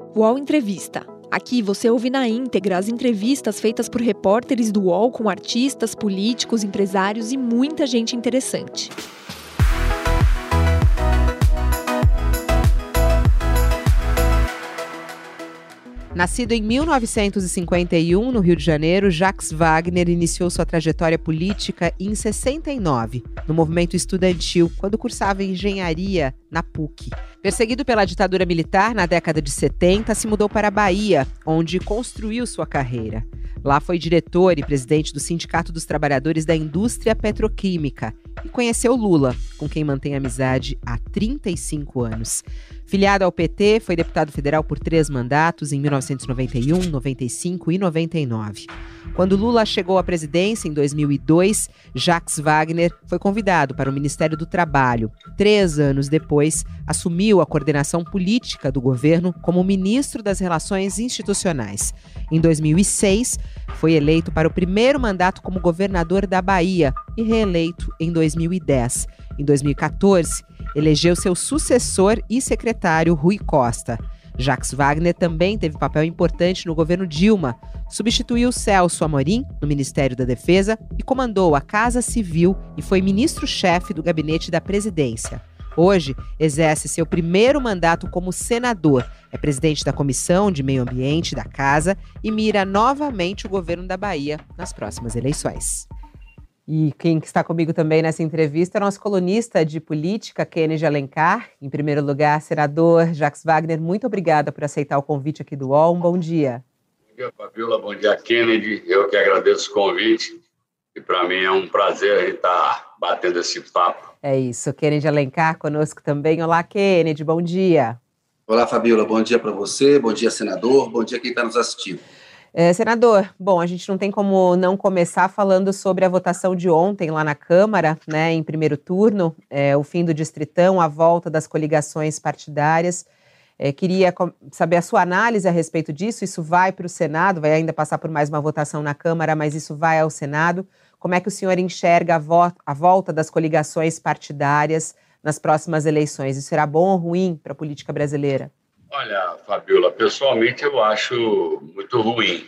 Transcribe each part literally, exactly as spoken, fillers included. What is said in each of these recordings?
U O L Entrevista. Aqui você ouve na íntegra as entrevistas feitas por repórteres do U O L com artistas, políticos, empresários e muita gente interessante. Nascido em mil novecentos e cinquenta e um, no Rio de Janeiro, Jacques Wagner iniciou sua trajetória política em sessenta e nove, no movimento estudantil, quando cursava engenharia na P U C. Perseguido pela ditadura militar na década de setenta, se mudou para a Bahia, onde construiu sua carreira. Lá foi diretor e presidente do Sindicato dos Trabalhadores da Indústria Petroquímica e conheceu Lula, com quem mantém amizade há trinta e cinco anos. Filiado ao P T, foi deputado federal por três mandatos em mil novecentos e noventa e um, noventa e cinco e noventa e nove. Quando Lula chegou à presidência em dois mil e dois, Jacques Wagner foi convidado para o Ministério do Trabalho. Três anos depois, assumiu a coordenação política do governo como ministro das Relações Institucionais. Em dois mil e seis, foi eleito para o primeiro mandato como governador da Bahia e reeleito em dois mil e dez. Em dois mil e quatorze, elegeu seu sucessor e secretário, Rui Costa. Jacques Wagner também teve papel importante no governo Dilma. Substituiu Celso Amorim no Ministério da Defesa e comandou a Casa Civil e foi ministro-chefe do Gabinete da Presidência. Hoje, exerce seu primeiro mandato como senador. É presidente da Comissão de Meio Ambiente da Casa e mira novamente o governo da Bahia nas próximas eleições. E quem está comigo também nessa entrevista é nosso colunista de política, Kennedy Alencar. Em primeiro lugar, senador Jacques Wagner, muito obrigada por aceitar o convite aqui do U O L. Um bom dia. Bom dia, Fabiola. Bom dia, Kennedy. Eu que agradeço o convite. E para mim é um prazer a gente estar batendo esse papo. É isso. Kennedy Alencar conosco também. Olá, Kennedy. Bom dia. Olá, Fabiola. Bom dia para você. Bom dia, senador. Bom dia quem está nos assistindo. É, senador, bom, a gente não tem como não começar falando sobre a votação de ontem lá na Câmara, né, em primeiro turno, é, o fim do Distritão, a volta das coligações partidárias. É, queria saber a sua análise a respeito disso. Isso vai para o Senado, vai ainda passar por mais uma votação na Câmara, mas isso vai ao Senado. Como é que o senhor enxerga a, vo- a volta das coligações partidárias nas próximas eleições? Isso será bom ou ruim para a política brasileira? Olha, Fabiola, pessoalmente eu acho muito ruim.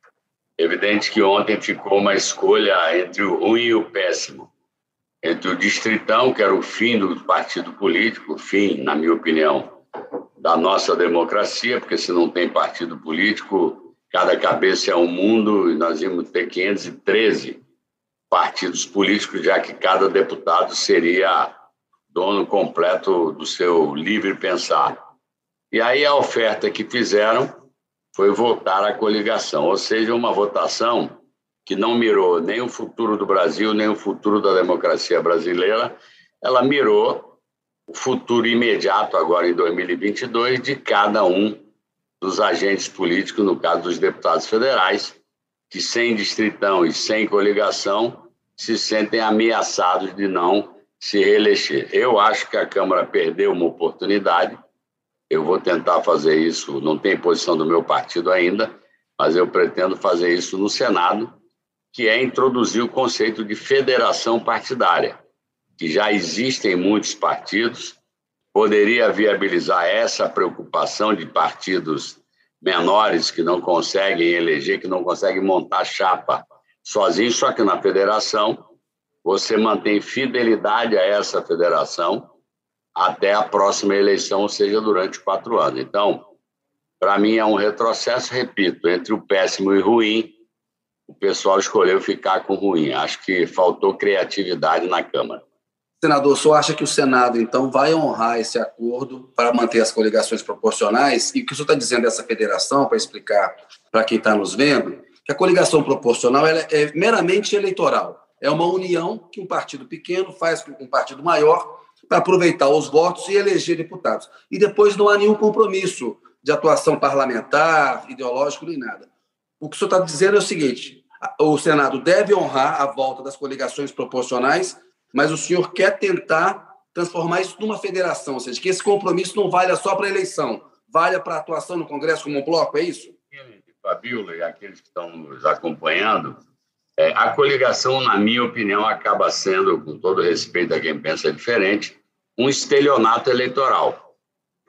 Evidente que ontem ficou uma escolha entre o ruim e o péssimo. Entre o Distritão, que era o fim do partido político, o fim, na minha opinião, da nossa democracia, porque se não tem partido político, cada cabeça é um mundo e nós íamos ter quinhentos e treze partidos políticos, já que cada deputado seria dono completo do seu livre pensar. E aí a oferta que fizeram foi votar a coligação, ou seja, uma votação que não mirou nem o futuro do Brasil, nem o futuro da democracia brasileira, ela mirou o futuro imediato, agora em dois mil e vinte e dois, de cada um dos agentes políticos, no caso dos deputados federais, que sem distritão e sem coligação se sentem ameaçados de não se reeleger. Eu acho que a Câmara perdeu uma oportunidade. Eu vou tentar fazer isso, não tem posição do meu partido ainda, mas eu pretendo fazer isso no Senado, que é introduzir o conceito de federação partidária, que já existem muitos partidos, poderia viabilizar essa preocupação de partidos menores que não conseguem eleger, que não conseguem montar chapa sozinhos, só que na federação você mantém fidelidade a essa federação até a próxima eleição, ou seja, durante quatro anos. Então, para mim é um retrocesso, repito, entre o péssimo e o ruim, o pessoal escolheu ficar com o ruim. Acho que faltou criatividade na Câmara. Senador, o senhor acha que o Senado, então, vai honrar esse acordo para manter as coligações proporcionais? E o que o senhor está dizendo dessa federação, para explicar para quem está nos vendo, que a coligação proporcional ela é meramente eleitoral. É uma união que um partido pequeno faz com um partido maior para aproveitar os votos e eleger deputados. E depois não há nenhum compromisso de atuação parlamentar, ideológico, nem nada. O que o senhor está dizendo é o seguinte: o Senado deve honrar a volta das coligações proporcionais, mas o senhor quer tentar transformar isso numa federação, ou seja, que esse compromisso não valha só para a eleição, valha para a atuação no Congresso como um bloco, é isso? Fabiola e aqueles que estão nos acompanhando, É, a coligação, na minha opinião, acaba sendo, com todo respeito a quem pensa diferente, um estelionato eleitoral.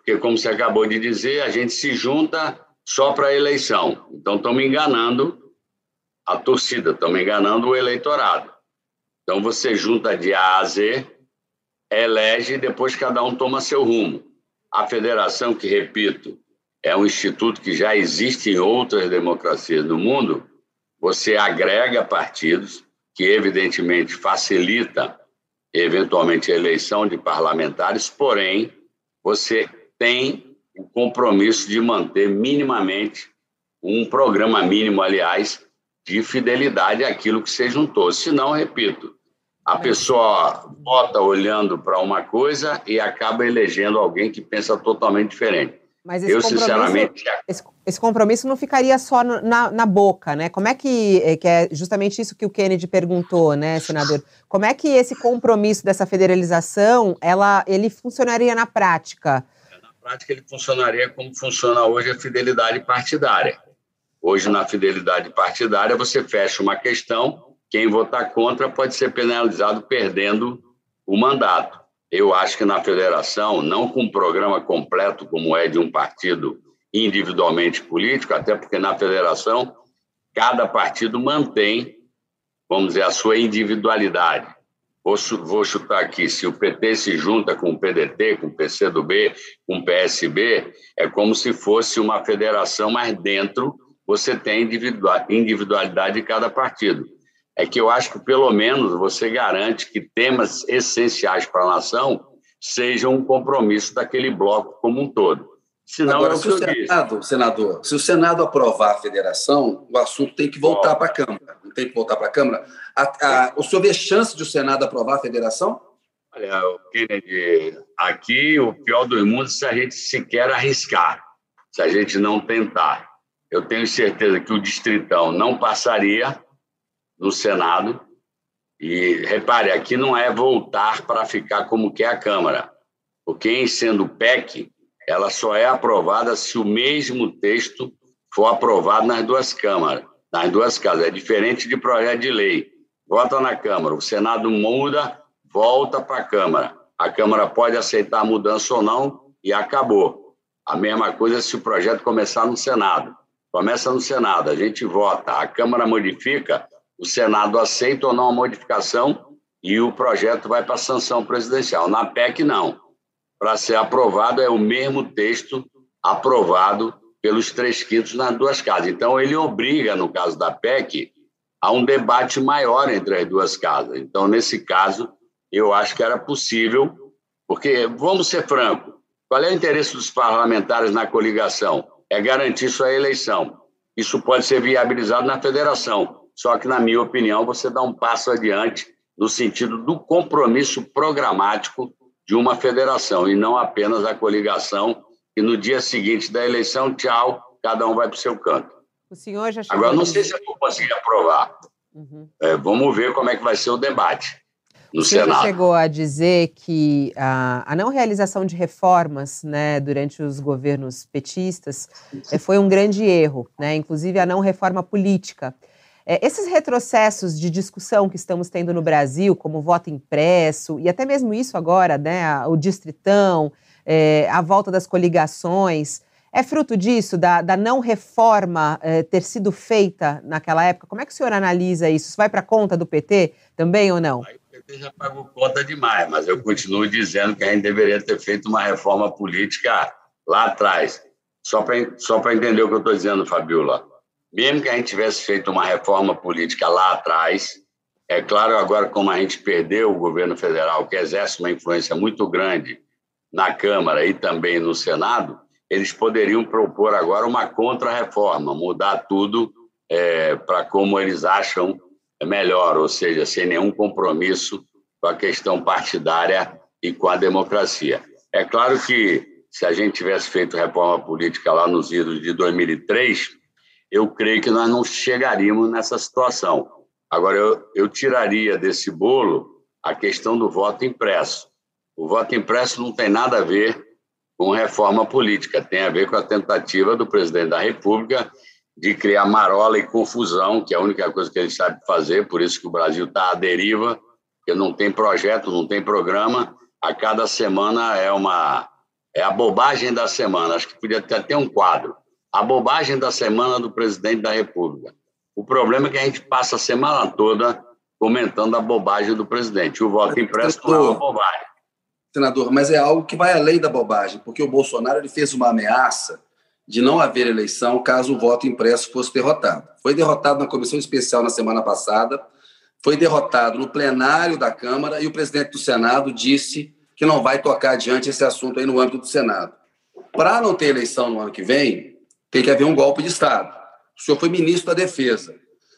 porque, como você acabou de dizer, a gente se junta só para a eleição. Então, estamos enganando a torcida, estamos enganando o eleitorado. Então, você junta de A a Z, elege e depois cada um toma seu rumo. A federação, que, repito, é um instituto que já existe em outras democracias do mundo, você agrega partidos, que evidentemente facilita, eventualmente, a eleição de parlamentares, porém, você tem o compromisso de manter minimamente um programa mínimo, aliás, de fidelidade àquilo que se juntou. Senão, repito, a pessoa vota olhando para uma coisa e acaba elegendo alguém que pensa totalmente diferente. Mas esse Eu, compromisso, sinceramente... Esse, esse compromisso não ficaria só no, na, na boca, né? Como é que... que é justamente isso que o Kennedy perguntou, né, senador? Como é que esse compromisso dessa federalização, ela, ele funcionaria na prática? Na prática, ele funcionaria como funciona hoje a fidelidade partidária. Hoje, na fidelidade partidária, você fecha uma questão, quem votar contra pode ser penalizado perdendo o mandato. Eu acho que na federação, não com um programa completo como é de um partido individualmente político, até porque na federação cada partido mantém, vamos dizer, a sua individualidade. Vou, vou chutar aqui, se o P T se junta com o P D T, com o P C do B, com o P S B, é como se fosse uma federação, mas dentro você tem individualidade de cada partido. É que eu acho que, pelo menos, você garante que temas essenciais para a nação sejam um compromisso daquele bloco como um todo. Senão, Agora, é o se que o eu Senado, disse. senador, se o Senado aprovar a federação, o assunto tem que voltar para a Câmara. Não tem que voltar para a Câmara? A, a, o senhor vê chance de o Senado aprovar a federação? Olha, Kennedy, aqui o pior dos mundos é se a gente sequer arriscar, se a gente não tentar. Eu tenho certeza que o Distritão não passaria no Senado. E, repare, aqui não é voltar para ficar como quer a Câmara, porque, em sendo P E C, ela só é aprovada se o mesmo texto for aprovado nas duas câmaras, nas duas casas. É diferente de projeto de lei. Vota na Câmara, o Senado muda, volta para a Câmara. A Câmara pode aceitar a mudança ou não e acabou. A mesma coisa se o projeto começar no Senado. Começa no Senado, a gente vota, a Câmara modifica, o Senado aceita ou não a modificação e o projeto vai para a sanção presidencial. Na P E C, não. Para ser aprovado, é o mesmo texto aprovado pelos três quintos nas duas casas. Então, ele obriga, no caso da P E C, a um debate maior entre as duas casas. Então, nesse caso, eu acho que era possível, porque, vamos ser francos, qual é o interesse dos parlamentares na coligação? É garantir sua eleição. Isso pode ser viabilizado na federação. Só que, na minha opinião, você dá um passo adiante no sentido do compromisso programático de uma federação, e não apenas a coligação, e no dia seguinte da eleição, tchau, cada um vai para o seu canto. O senhor já chegou Agora, não a sei dizer... se eu vou conseguir aprovar. Uhum. É, vamos ver como é que vai ser o debate no o senhor Senado. Já chegou a dizer que a, a não realização de reformas, né, durante os governos petistas é, foi um grande erro, né, inclusive a não reforma política. É, esses retrocessos de discussão que estamos tendo no Brasil, como voto impresso, e até mesmo isso agora, né, o distritão, é, a volta das coligações, é fruto disso, da, da não reforma é, ter sido feita naquela época? Como é que o senhor analisa isso? Isso vai para a conta do P T também ou não? Aí o P T já pagou conta demais, mas eu continuo dizendo que a gente deveria ter feito uma reforma política lá atrás. Só para só para entender o que eu estou dizendo, Fabiola. Mesmo que a gente tivesse feito uma reforma política lá atrás, é claro, agora como a gente perdeu o governo federal, que exerce uma influência muito grande na Câmara e também no Senado, eles poderiam propor agora uma contra-reforma, mudar tudo é, para como eles acham melhor, ou seja, sem nenhum compromisso com a questão partidária e com a democracia. É claro que se a gente tivesse feito reforma política lá nos idos de dois mil e três, eu creio que nós não chegaríamos nessa situação. Agora, eu, eu tiraria desse bolo a questão do voto impresso. O voto impresso não tem nada a ver com reforma política, tem a ver com a tentativa do presidente da República de criar marola e confusão, que é a única coisa que ele sabe fazer, por isso que o Brasil está à deriva, porque não tem projeto, não tem programa, a cada semana é uma, É a bobagem da semana. Acho que podia ter até um quadro. A bobagem da semana do presidente da República. O problema é que a gente passa a semana toda comentando a bobagem do presidente. O voto impresso não é uma bobagem. Senador, mas é algo que vai além da bobagem, porque o Bolsonaro ele fez uma ameaça de não haver eleição caso o voto impresso fosse derrotado. Foi derrotado na comissão especial na semana passada, foi derrotado no plenário da Câmara e o presidente do Senado disse que não vai tocar adiante esse assunto aí no âmbito do Senado. Para não ter eleição no ano que vem, tem que haver um golpe de Estado. O senhor foi ministro da Defesa.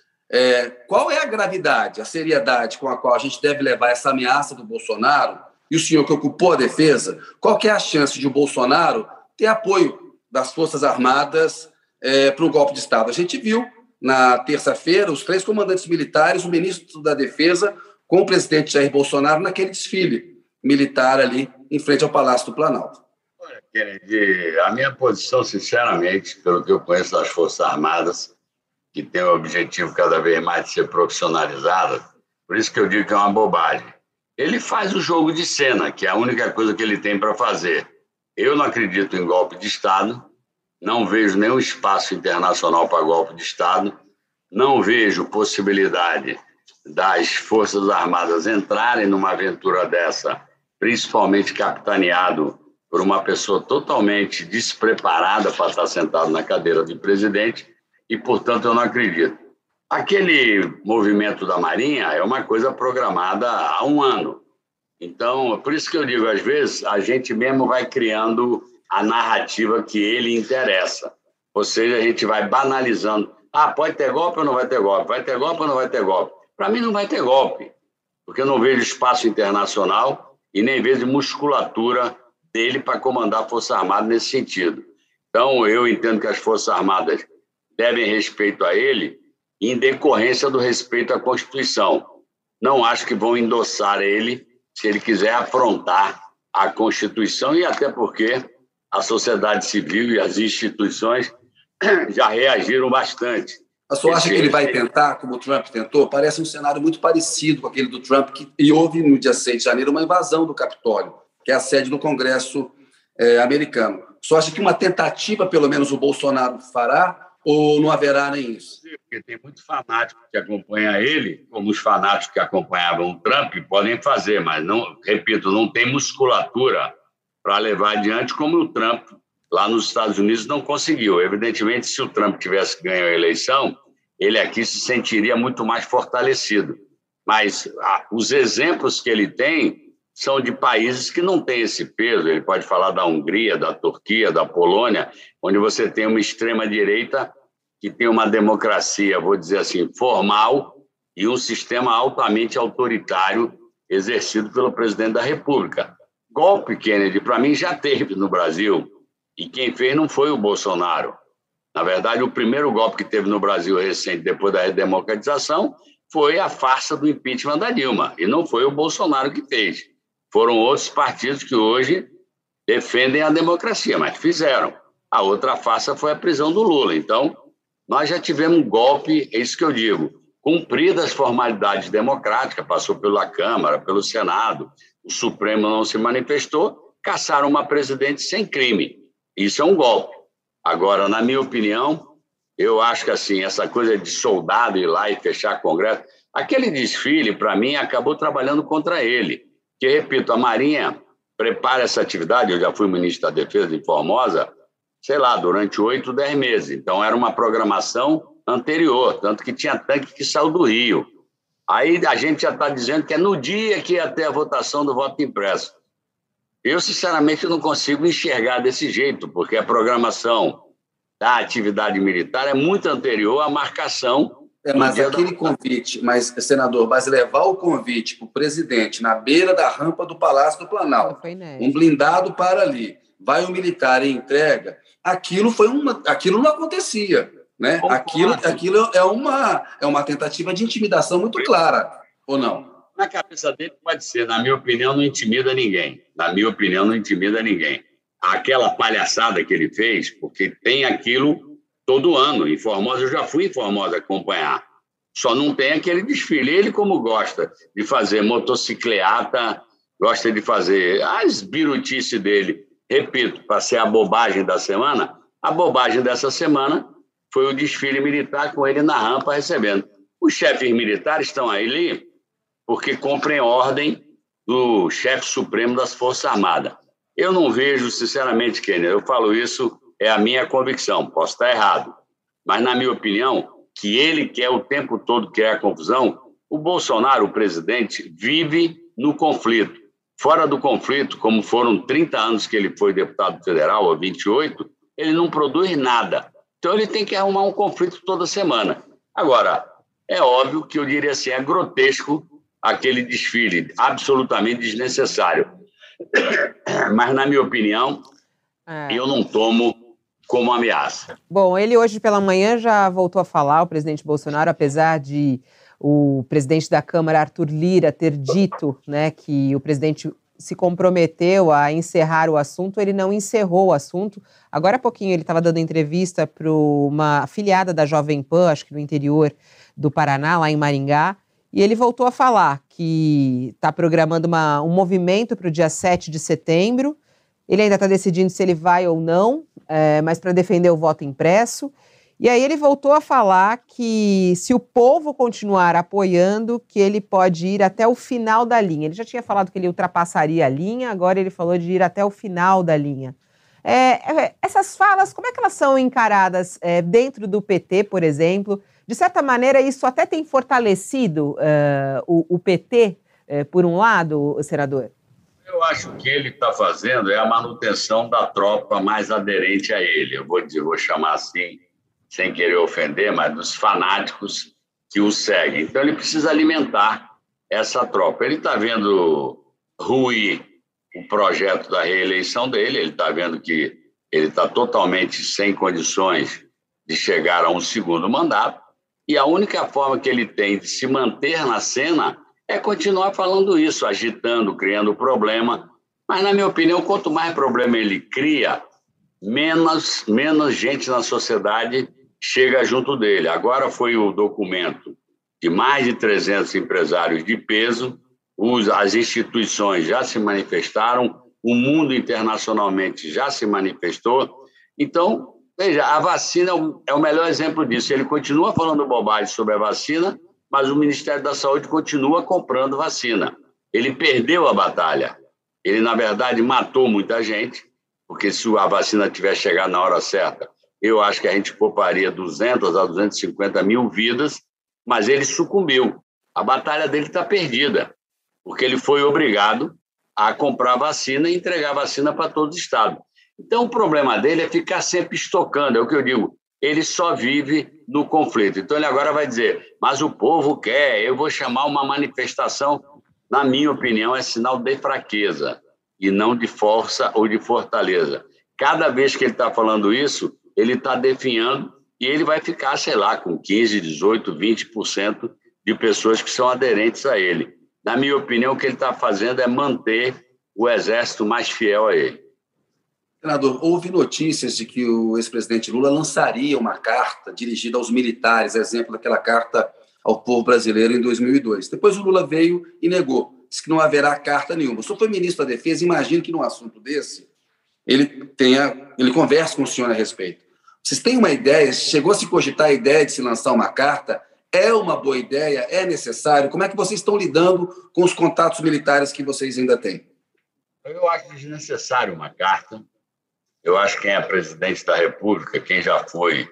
É, qual é a gravidade, a seriedade com a qual a gente deve levar essa ameaça do Bolsonaro e o senhor que ocupou a defesa, qual que é a chance de o Bolsonaro ter apoio das Forças Armadas é, para o golpe de Estado? A gente viu na terça-feira os três comandantes militares, o ministro da Defesa com o presidente Jair Bolsonaro naquele desfile militar ali em frente ao Palácio do Planalto. Olha, Kennedy, a minha posição, sinceramente, pelo que eu conheço das Forças Armadas, que tem o objetivo cada vez mais de ser profissionalizada, por isso que eu digo que é uma bobagem. Ele faz o jogo de cena, que é a única coisa que ele tem para fazer. Eu não acredito em golpe de Estado, não vejo nenhum espaço internacional para golpe de Estado, não vejo possibilidade das Forças Armadas entrarem numa aventura dessa, principalmente capitaneado por uma pessoa totalmente despreparada para estar sentado na cadeira de presidente, e, portanto, eu não acredito. Aquele movimento da Marinha é uma coisa programada há um ano. Então, por isso que eu digo, às vezes, a gente mesmo vai criando a narrativa que ele interessa. Ou seja, a gente vai banalizando. Ah, pode ter golpe ou não vai ter golpe? Vai ter golpe ou não vai ter golpe? Para mim, não vai ter golpe, porque eu não vejo espaço internacional e nem vejo musculatura dele para comandar a Força Armada nesse sentido. Então, eu entendo que as Forças Armadas devem respeito a ele em decorrência do respeito à Constituição. Não acho que vão endossar ele se ele quiser afrontar a Constituição e até porque a sociedade civil e as instituições já reagiram bastante. A senhora acha que ele vai tentar, como o Trump tentou? Parece um cenário muito parecido com aquele do Trump, que, e houve no dia seis de janeiro uma invasão do Capitólio, que é a sede do Congresso é, americano. A senhora acha que uma tentativa, pelo menos, o Bolsonaro fará ou não haverá nem isso? Porque tem muito fanático que acompanha ele, como os fanáticos que acompanhavam o Trump podem fazer, mas, não, repito, não tem musculatura para levar adiante como o Trump lá nos Estados Unidos não conseguiu. Evidentemente, se o Trump tivesse ganho a eleição, ele aqui se sentiria muito mais fortalecido. Mas ah, os exemplos que ele tem são de países que não têm esse peso. Ele pode falar da Hungria, da Turquia, da Polônia, onde você tem uma extrema-direita que tem uma democracia, vou dizer assim, formal e um sistema altamente autoritário exercido pelo presidente da República. Golpe, Kennedy, para mim, já teve no Brasil. E quem fez não foi o Bolsonaro. Na verdade, o primeiro golpe que teve no Brasil recente, depois da redemocratização, foi a farsa do impeachment da Dilma. E não foi o Bolsonaro que fez. Foram outros partidos que hoje defendem a democracia, mas fizeram. A outra farsa foi a prisão do Lula. Então, nós já tivemos um golpe, é isso que eu digo, cumpridas as formalidades democráticas, passou pela Câmara, pelo Senado, o Supremo não se manifestou, caçaram uma presidente sem crime. Isso é um golpe. Agora, na minha opinião, eu acho que assim, essa coisa de soldado ir lá e fechar Congresso, aquele desfile, para mim, acabou trabalhando contra ele. Que, repito, a Marinha prepara essa atividade, eu já fui ministro da Defesa de Formosa, sei lá, durante oito, dez meses. Então, era uma programação anterior, tanto que tinha tanque que saiu do Rio. Aí a gente já está dizendo que é no dia que ia ter a votação do voto impresso. Eu, sinceramente, não consigo enxergar desse jeito, porque a programação da atividade militar é muito anterior à marcação. É, mas aquele da... convite, mas, senador, mas levar o convite para o presidente na beira da rampa do Palácio do Planalto, um blindado para ali, vai um militar e entrega, aquilo, foi uma, aquilo não acontecia. Né? Aquilo, aquilo é, uma, é uma tentativa de intimidação muito clara, ou não? Na cabeça dele pode ser, na minha opinião, não intimida ninguém. Na minha opinião, não intimida ninguém. Aquela palhaçada que ele fez, porque tem aquilo todo ano. Em Formosa, eu já fui em Formosa acompanhar. Só não tem aquele desfile. Ele, como gosta de fazer motocicleta, gosta de fazer as birutices dele repito, para ser a bobagem da semana, a bobagem dessa semana foi o desfile militar com ele na rampa recebendo. Os chefes militares estão ali porque cumprem ordem do chefe supremo das Forças Armadas. Eu não vejo, sinceramente, Kenner, eu falo isso, é a minha convicção, posso estar errado, mas, na minha opinião, que ele quer o tempo todo criar confusão, o Bolsonaro, o presidente, vive no conflito. Fora do conflito, como foram trinta anos que ele foi deputado federal, ou vinte e oito, ele não produz nada. Então, ele tem que arrumar um conflito toda semana. Agora, é óbvio que eu diria assim, é grotesco aquele desfile, absolutamente desnecessário. Mas, na minha opinião, é. eu não tomo como ameaça. Bom, ele hoje pela manhã já voltou a falar, o presidente Bolsonaro, apesar de o presidente da Câmara, Arthur Lira, ter dito, né, que o presidente se comprometeu a encerrar o assunto, ele não encerrou o assunto. Agora há pouquinho ele estava dando entrevista para uma afiliada da Jovem Pan, acho que no interior do Paraná, lá em Maringá, e ele voltou a falar que está programando uma, um movimento para o dia sete de setembro. Ele ainda está decidindo se ele vai ou não, é, mas para defender o voto impresso. E aí ele voltou a falar que se o povo continuar apoiando, que ele pode ir até o final da linha. Ele já tinha falado que ele ultrapassaria a linha, agora ele falou de ir até o final da linha. É, é, essas falas, como é que elas são encaradas é, dentro do P T, por exemplo? De certa maneira, isso até tem fortalecido uh, o, o P T, uh, por um lado, senador? Eu acho que o que ele está fazendo é a manutenção da tropa mais aderente a ele. Eu vou, dizer, vou chamar assim, sem querer ofender, mas dos fanáticos que o seguem. Então, ele precisa alimentar essa tropa. Ele está vendo ruir o projeto da reeleição dele, ele está vendo que ele está totalmente sem condições de chegar a um segundo mandato, e a única forma que ele tem de se manter na cena é continuar falando isso, agitando, criando problema. Mas, na minha opinião, quanto mais problema ele cria, menos, menos gente na sociedade chega junto dele. Agora foi o documento de mais de trezentos empresários de peso, os, as instituições já se manifestaram, o mundo internacionalmente já se manifestou. Então, veja, a vacina é o melhor exemplo disso. Ele continua falando bobagem sobre a vacina, mas o Ministério da Saúde continua comprando vacina. Ele perdeu a batalha. Ele, na verdade, matou muita gente, porque se a vacina tivesse chegado na hora certa, eu acho que a gente pouparia duzentas a duzentas e cinquenta mil vidas, mas ele sucumbiu. A batalha dele está perdida, porque ele foi obrigado a comprar vacina e entregar vacina para todo o estado. Então, o problema dele é ficar sempre estocando, é o que eu digo, ele só vive no conflito. Então, ele agora vai dizer, mas o povo quer, eu vou chamar uma manifestação. Na minha opinião, é sinal de fraqueza e não de força ou de fortaleza. Cada vez que ele está falando isso, ele está definhando e ele vai ficar, sei lá, com quinze, dezoito, vinte por cento de pessoas que são aderentes a ele. Na minha opinião, o que ele está fazendo é manter o exército mais fiel a ele. Senador, houve notícias de que o ex-presidente Lula lançaria uma carta dirigida aos militares, exemplo daquela carta ao povo brasileiro em dois mil e dois. Depois o Lula veio e negou, disse que não haverá carta nenhuma. O senhor foi ministro da Defesa, imagino que num assunto desse ele, tenha, ele converse com o senhor a respeito. Vocês têm uma ideia, chegou a se cogitar a ideia de se lançar uma carta? É uma boa ideia? É necessário? Como é que vocês estão lidando com os contatos militares que vocês ainda têm? Eu acho desnecessário uma carta. Eu acho que quem é presidente da República, quem já foi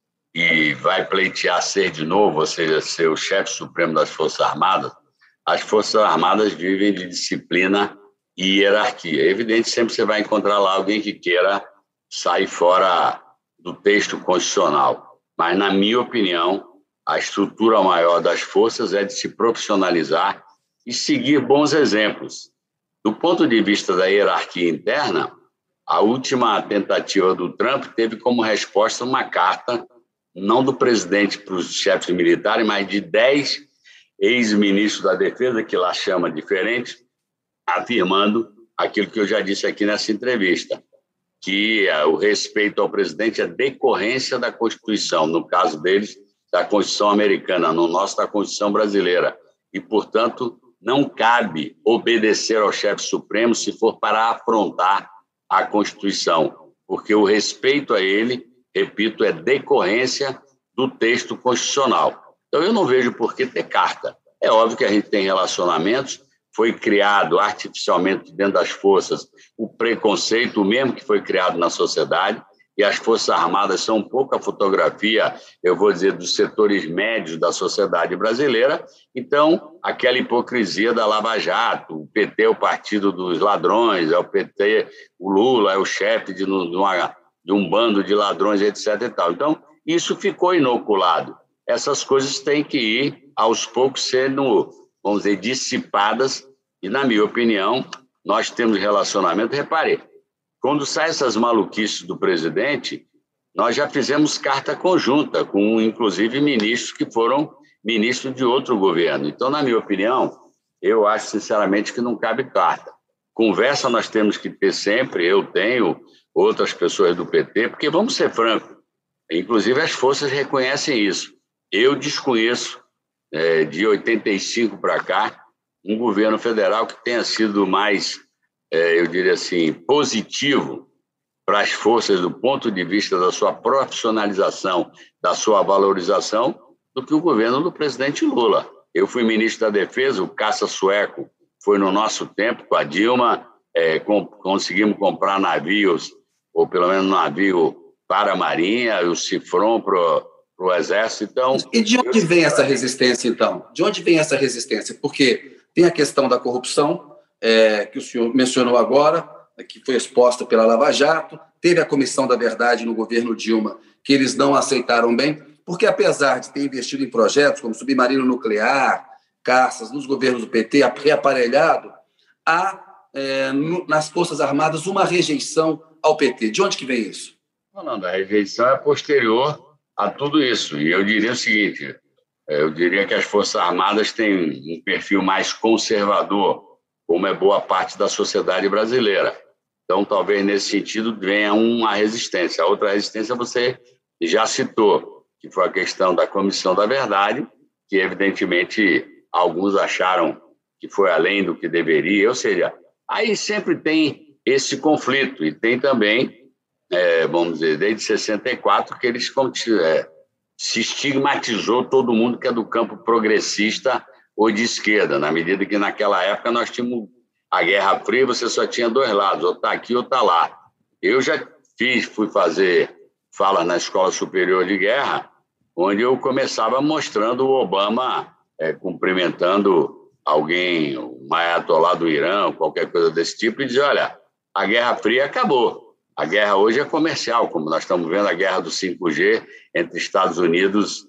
e vai pleitear ser de novo, ou seja, ser o chefe supremo das Forças Armadas, as Forças Armadas vivem de disciplina e hierarquia. É evidente que sempre você vai encontrar lá alguém que queira sair fora do texto constitucional. Mas, na minha opinião, a estrutura maior das forças é de se profissionalizar e seguir bons exemplos. Do ponto de vista da hierarquia interna, a última tentativa do Trump teve como resposta uma carta, não do presidente para os chefes militares, mas de dez ex-ministros da Defesa, que lá chama diferente, afirmando aquilo que eu já disse aqui nessa entrevista, que o respeito ao presidente é decorrência da Constituição, no caso deles, da Constituição americana, no nosso, da Constituição brasileira. E, portanto, não cabe obedecer ao chefe supremo se for para afrontar à Constituição, porque o respeito a ele, repito, é decorrência do texto constitucional. Então, eu não vejo por que ter carta. É óbvio que a gente tem relacionamentos, foi criado artificialmente dentro das forças o preconceito, o mesmo que foi criado na sociedade, e as Forças Armadas são um pouco a fotografia, eu vou dizer, dos setores médios da sociedade brasileira. Então, aquela hipocrisia da Lava Jato, o P T é o partido dos ladrões, é o P T, o Lula é o chefe de, de, uma, de um bando de ladrões, etc. e tal. Então, isso ficou inoculado. Essas coisas têm que ir, aos poucos, sendo, vamos dizer, dissipadas, e, na minha opinião, nós temos relacionamento. Repare, quando saem essas maluquices do presidente, nós já fizemos carta conjunta com, inclusive, ministros que foram ministros de outro governo. Então, na minha opinião, eu acho, sinceramente, que não cabe carta. Conversa nós temos que ter sempre, eu tenho, outras pessoas do P T, porque, vamos ser francos, inclusive as forças reconhecem isso. Eu desconheço, é, de oitenta e cinco para cá, um governo federal que tenha sido mais, é, eu diria assim, positivo para as forças do ponto de vista da sua profissionalização, da sua valorização, do que o governo do presidente Lula. Eu fui ministro da Defesa, o caça sueco foi no nosso tempo, com a Dilma, é, com, conseguimos comprar navios, ou pelo menos um navio para a Marinha, o Cifron para o Exército. Então, e de onde vem essa resistência, então? De onde vem essa resistência? Porque tem a questão da corrupção, é, que o senhor mencionou agora, que foi exposta pela Lava Jato, teve a Comissão da Verdade no governo Dilma, que eles não aceitaram bem, porque apesar de ter investido em projetos como submarino nuclear, caças, nos governos do P T, reaparelhado, há é, no, nas Forças Armadas uma rejeição ao P T. De onde que vem isso? Não, não, a rejeição é posterior a tudo isso. E eu diria o seguinte, eu diria que as Forças Armadas têm um perfil mais conservador, como é boa parte da sociedade brasileira. Então, talvez nesse sentido venha uma resistência. A outra resistência você já citou, que foi a questão da Comissão da Verdade, que evidentemente alguns acharam que foi além do que deveria, ou seja, aí sempre tem esse conflito, e tem também, é, vamos dizer, desde sessenta e quatro, que eles é, se estigmatizou todo mundo que é do campo progressista ou de esquerda, na medida que naquela época nós tínhamos a Guerra Fria, você só tinha dois lados, ou está aqui ou está lá. Eu já fiz, fui fazer falas na Escola Superior de Guerra, onde eu começava mostrando o Obama é, cumprimentando alguém, um ayatolá do Irã, qualquer coisa desse tipo, e dizer, olha, a Guerra Fria acabou. A guerra hoje é comercial, como nós estamos vendo a guerra do cinco G entre Estados Unidos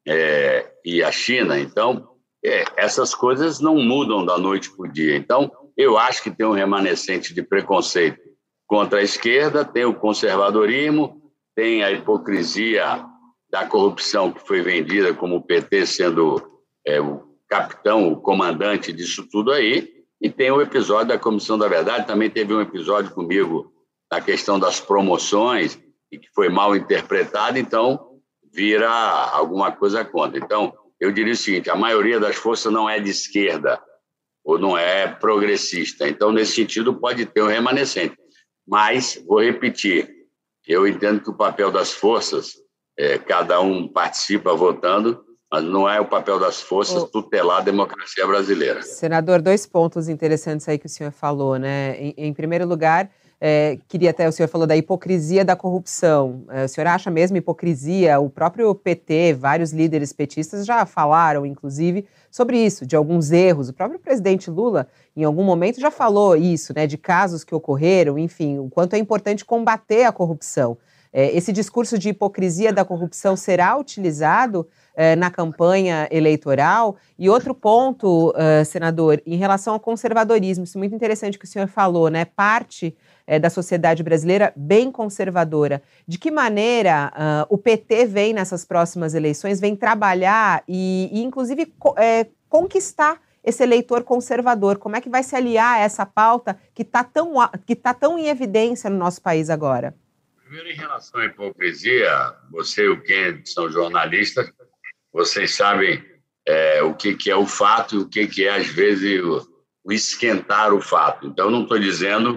é, e a China. Então, é, essas coisas não mudam da noite para o dia. Então, eu acho que tem um remanescente de preconceito contra a esquerda, tem o conservadorismo, tem a hipocrisia da corrupção que foi vendida como o P T sendo é, o capitão, o comandante disso tudo aí, e tem o episódio da Comissão da Verdade. Também teve um episódio comigo na questão das promoções, e que foi mal interpretado, então vira alguma coisa contra. Então, eu diria o seguinte, a maioria das forças não é de esquerda, ou não é progressista. Então, nesse sentido, pode ter um remanescente. Mas, vou repetir, eu entendo que o papel das forças, é, cada um participa votando, mas não é o papel das forças oh. tutelar a democracia brasileira. Senador, dois pontos interessantes aí que o senhor falou, né? Em, em primeiro lugar, é, queria até, o senhor falou da hipocrisia da corrupção. É, o senhor acha mesmo hipocrisia? O próprio P T, vários líderes petistas já falaram, inclusive, sobre isso, de alguns erros. O próprio presidente Lula, em algum momento, já falou isso, né? De casos que ocorreram, enfim, o quanto é importante combater a corrupção. É, esse discurso de hipocrisia da corrupção será utilizado é, na campanha eleitoral? E outro ponto, uh, senador, em relação ao conservadorismo, isso é muito interessante que o senhor falou, né? Parte é, da sociedade brasileira bem conservadora. De que maneira uh, o P T vem nessas próximas eleições, vem trabalhar e, e inclusive, co- é, conquistar esse eleitor conservador? Como é que vai se aliar a essa pauta que está tão, que tá tão em evidência no nosso país agora? Primeiro, em relação à hipocrisia, você e o Kennedy são jornalistas, vocês sabem é, o que, que é o fato e o que, que é, às vezes, o, o esquentar o fato. Então, não estou dizendo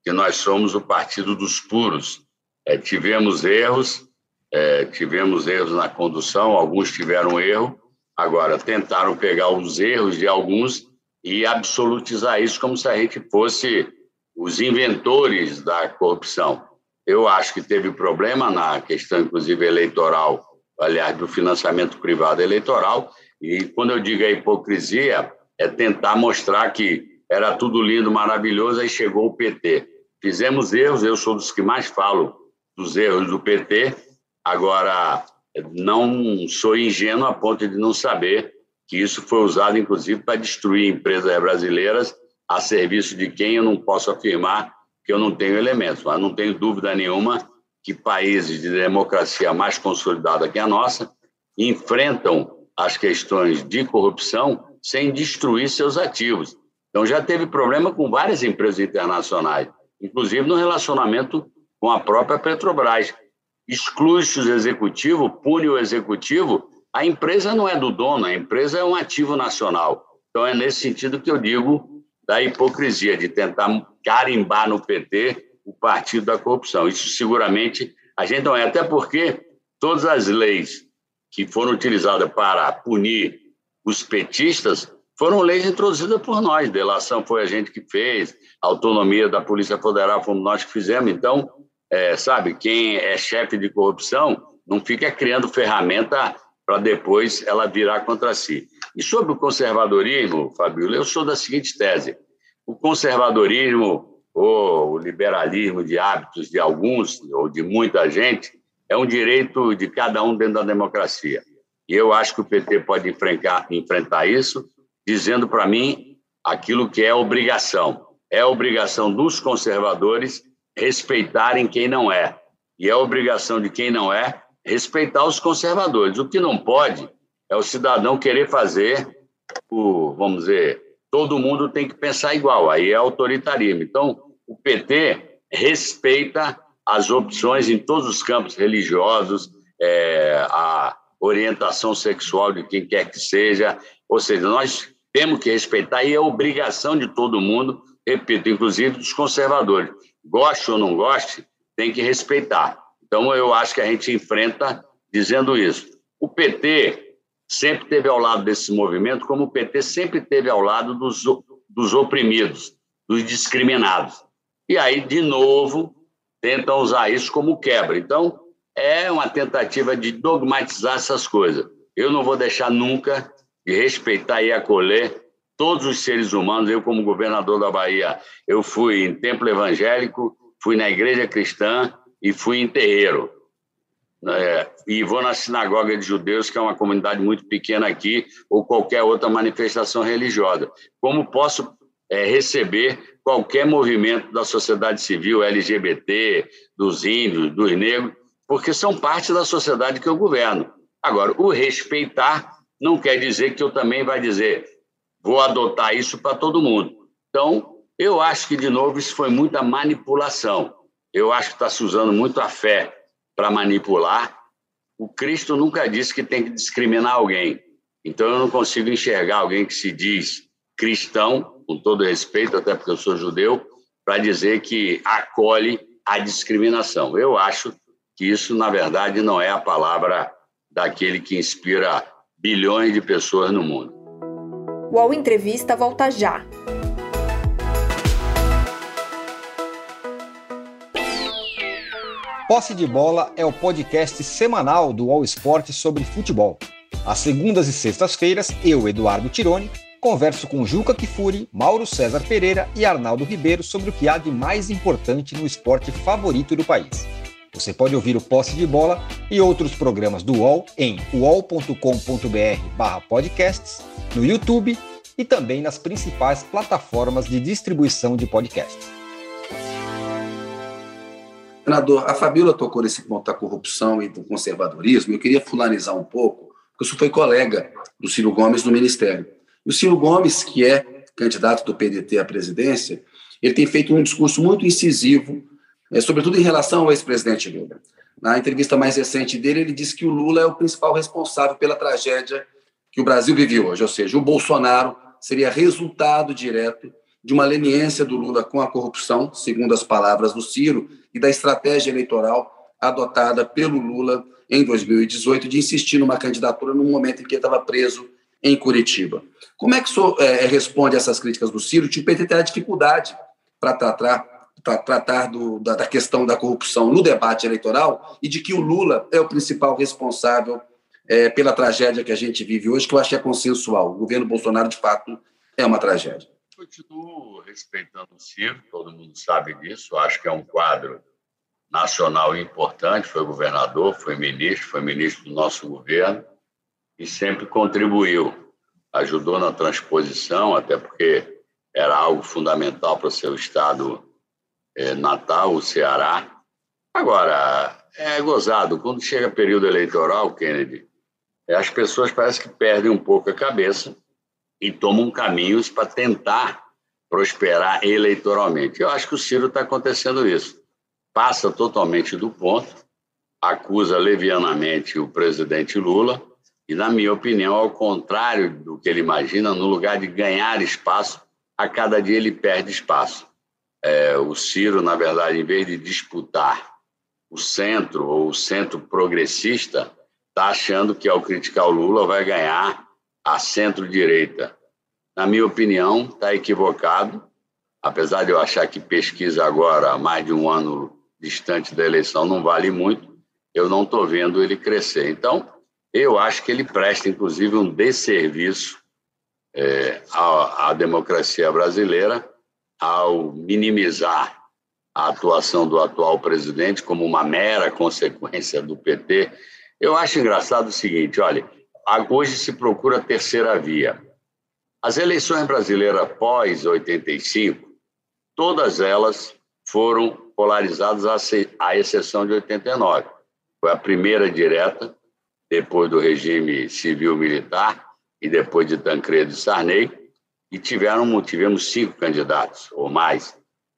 que nós somos o partido dos puros. É, tivemos erros, é, tivemos erros na condução, alguns tiveram erro, agora tentaram pegar os erros de alguns e absolutizar isso como se a gente fosse os inventores da corrupção. Eu acho que teve problema na questão, inclusive, eleitoral, aliás, do financiamento privado eleitoral, e quando eu digo a hipocrisia, é tentar mostrar que era tudo lindo, maravilhoso, aí chegou o P T. Fizemos erros, eu sou dos que mais falo dos erros do P T, agora não sou ingênuo a ponto de não saber que isso foi usado, inclusive, para destruir empresas brasileiras a serviço de quem eu não posso afirmar que eu não tenho elementos, mas não tenho dúvida nenhuma que países de democracia mais consolidada que a nossa enfrentam as questões de corrupção sem destruir seus ativos. Então, já teve problema com várias empresas internacionais, inclusive no relacionamento com a própria Petrobras. Exclui-se o executivo, pune o executivo, a empresa não é do dono, a empresa é um ativo nacional. Então, é nesse sentido que eu digo da hipocrisia, de tentar carimbar no P T o partido da corrupção. Isso seguramente a gente não é, até porque todas as leis que foram utilizadas para punir os petistas foram leis introduzidas por nós. Delação foi a gente que fez, a autonomia da Polícia Federal fomos nós que fizemos. Então, é, sabe, quem é chefe de corrupção não fica criando ferramenta para depois ela virar contra si. E sobre o conservadorismo, Fabíola, eu sou da seguinte tese: o conservadorismo ou o liberalismo de hábitos de alguns ou de muita gente é um direito de cada um dentro da democracia. E eu acho que o P T pode enfrentar, enfrentar isso dizendo para mim aquilo que é obrigação. É obrigação dos conservadores respeitarem quem não é. E é obrigação de quem não é respeitar os conservadores. O que não pode é o cidadão querer fazer o, vamos dizer, todo mundo tem que pensar igual, aí é autoritarismo. Então, o P T respeita as opções em todos os campos religiosos, é, a orientação sexual de quem quer que seja, ou seja, nós temos que respeitar e é obrigação de todo mundo, repito, inclusive dos conservadores. Goste ou não goste, tem que respeitar. Então, eu acho que a gente enfrenta dizendo isso. O P T sempre esteve ao lado desse movimento, como o P T sempre esteve ao lado dos, dos oprimidos, dos discriminados. E aí, de novo, tentam usar isso como quebra. Então, é uma tentativa de dogmatizar essas coisas. Eu não vou deixar nunca de respeitar e acolher todos os seres humanos. Eu, como governador da Bahia, eu fui em templo evangélico, fui na igreja cristã e fui em terreiro. É, e vou na sinagoga de judeus, que é uma comunidade muito pequena aqui, ou qualquer outra manifestação religiosa. Como posso é, receber qualquer movimento da sociedade civil, L G B T, dos índios, dos negros, porque são parte da sociedade que eu governo. Agora, o respeitar não quer dizer que eu também vai dizer vou adotar isso para todo mundo. Então, eu acho que, de novo, isso foi muita manipulação. Eu acho que está se usando muito a fé para manipular. O Cristo nunca disse que tem que discriminar alguém. Então, eu não consigo enxergar alguém que se diz cristão, com todo respeito, até porque eu sou judeu, para dizer que acolhe a discriminação. Eu acho que isso, na verdade, não é a palavra daquele que inspira bilhões de pessoas no mundo. O U O L Entrevista volta já. Posse de Bola é o podcast semanal do All Sport sobre futebol. Às segundas e sextas-feiras, eu, Eduardo Tironi, converso com Juca Kfouri, Mauro César Pereira e Arnaldo Ribeiro sobre o que há de mais importante no esporte favorito do país. Você pode ouvir o Posse de Bola e outros programas do U O L em uol ponto com ponto br barra podcasts, no YouTube e também nas principais plataformas de distribuição de podcasts. Senador, a Fabíola tocou nesse ponto da corrupção e do conservadorismo. Eu queria fulanizar um pouco, porque eu sou foi colega do Ciro Gomes no Ministério. O Ciro Gomes, que é candidato do P D T à presidência, ele tem feito um discurso muito incisivo, é, sobretudo em relação ao ex-presidente Lula. Na entrevista mais recente dele, ele disse que o Lula é o principal responsável pela tragédia que o Brasil vive hoje, ou seja, o Bolsonaro seria resultado direto de uma leniência do Lula com a corrupção, segundo as palavras do Ciro, e da estratégia eleitoral adotada pelo Lula em dois mil e dezoito de insistir numa candidatura no momento em que ele estava preso em Curitiba. Como é que o senhor é, responde a essas críticas do Ciro? Que o P T terá dificuldade para tratar, pra tratar do, da, da questão da corrupção no debate eleitoral e de que o Lula é o principal responsável é, pela tragédia que a gente vive hoje, que eu acho que é consensual. O governo Bolsonaro, de fato, é uma tragédia. Continuo respeitando o Ciro, todo mundo sabe disso, acho que é um quadro nacional importante, foi governador, foi ministro, foi ministro do nosso governo e sempre contribuiu, ajudou na transposição, até porque era algo fundamental para o seu estado eh, natal, o Ceará. Agora, é gozado, quando chega período eleitoral, Kennedy, as pessoas parecem que perdem um pouco a cabeça e tomam caminhos para tentar prosperar eleitoralmente. Eu acho que o Ciro está acontecendo isso. Passa totalmente do ponto, acusa levianamente o presidente Lula e, na minha opinião, ao contrário do que ele imagina, no lugar de ganhar espaço, a cada dia ele perde espaço. É, o Ciro, na verdade, em vez de disputar o centro ou o centro progressista, está achando que, ao criticar o Lula, vai ganhar a centro-direita. Na minha opinião, está equivocado, apesar de eu achar que pesquisa agora, há mais de um ano distante da eleição, não vale muito, eu não estou vendo ele crescer. Então, eu acho que ele presta, inclusive, um desserviço é, à, à democracia brasileira ao minimizar a atuação do atual presidente como uma mera consequência do P T. Eu acho engraçado o seguinte, olha, hoje se procura a terceira via. As eleições brasileiras pós oitenta e cinco, todas elas foram polarizadas, à exceção de oitenta e nove. Foi a primeira direta, depois do regime civil-militar e depois de Tancredo e Sarney, e tiveram, tivemos cinco candidatos, ou mais,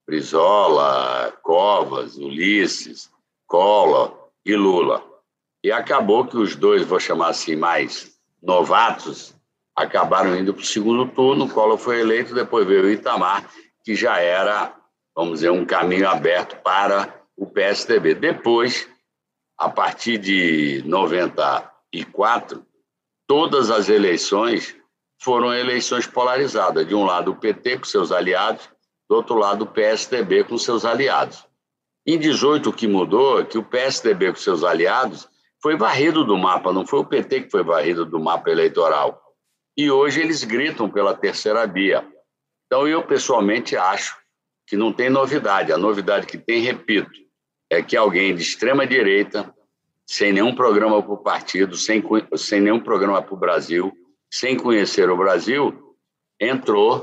Brizola, Covas, Ulisses, Collor e Lula. E acabou que os dois, vou chamar assim, mais novatos, acabaram indo para o segundo turno, o Collor foi eleito, depois veio o Itamar, que já era, vamos dizer, um caminho aberto para o P S D B. Depois, a partir de noventa e quatro, todas as eleições foram eleições polarizadas. De um lado o P T com seus aliados, do outro lado o P S D B com seus aliados. Em dezoito, o que mudou é que o P S D B com seus aliados foi varrido do mapa, não foi o P T que foi varrido do mapa eleitoral. E hoje eles gritam pela terceira via. Então, eu pessoalmente acho que não tem novidade. A novidade que tem, repito, é que alguém de extrema-direita, sem nenhum programa para o partido, sem, sem nenhum programa para o Brasil, sem conhecer o Brasil, entrou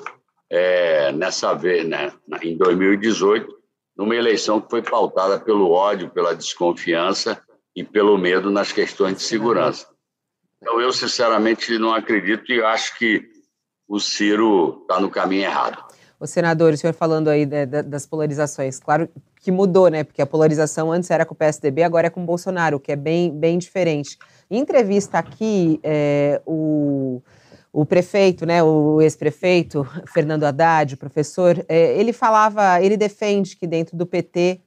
é, nessa vez, né, em dois mil e dezoito, numa eleição que foi pautada pelo ódio, pela desconfiança e pelo medo nas questões de segurança. Então, eu, sinceramente, não acredito e acho que o Ciro está no caminho errado. O senador, o senhor falando aí de, de, das polarizações, claro que mudou, né? Porque a polarização antes era com o P S D B, agora é com o Bolsonaro, que é bem, bem diferente. Em entrevista aqui, é, o, o prefeito, né, o ex-prefeito, Fernando Haddad, o professor, é, ele falava, ele defende que dentro do P T,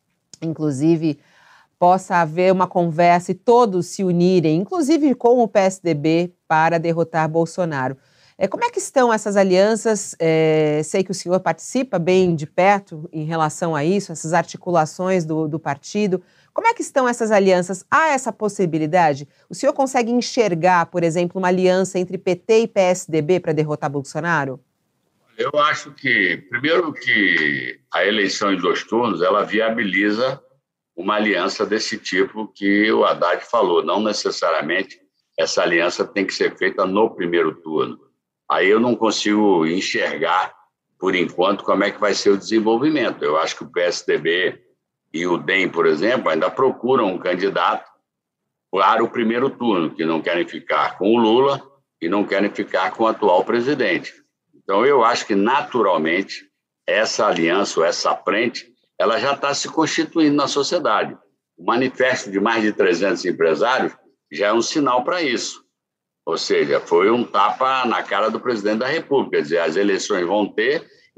inclusive, possa haver uma conversa e todos se unirem, inclusive com o P S D B, para derrotar Bolsonaro. É, como é que estão essas alianças? É, sei que o senhor participa bem de perto em relação a isso, essas articulações do, do partido. Como é que estão essas alianças? Há essa possibilidade? O senhor consegue enxergar, por exemplo, uma aliança entre P T e P S D B para derrotar Bolsonaro? Eu acho que, primeiro, que a eleição em dois turnos, ela viabiliza uma aliança desse tipo que o Haddad falou. Não necessariamente essa aliança tem que ser feita no primeiro turno. Aí eu não consigo enxergar, por enquanto, como é que vai ser o desenvolvimento. Eu acho que o P S D B e o D E M, por exemplo, ainda procuram um candidato para o primeiro turno, que não querem ficar com o Lula e não querem ficar com o atual presidente. Então, eu acho que, naturalmente, essa aliança, ou essa frente, ela já está se constituindo na sociedade. O manifesto de mais de trezentos empresários já é um sinal para isso. Ou seja, foi um tapa na cara do presidente da República. Quer dizer, as eleições vão ter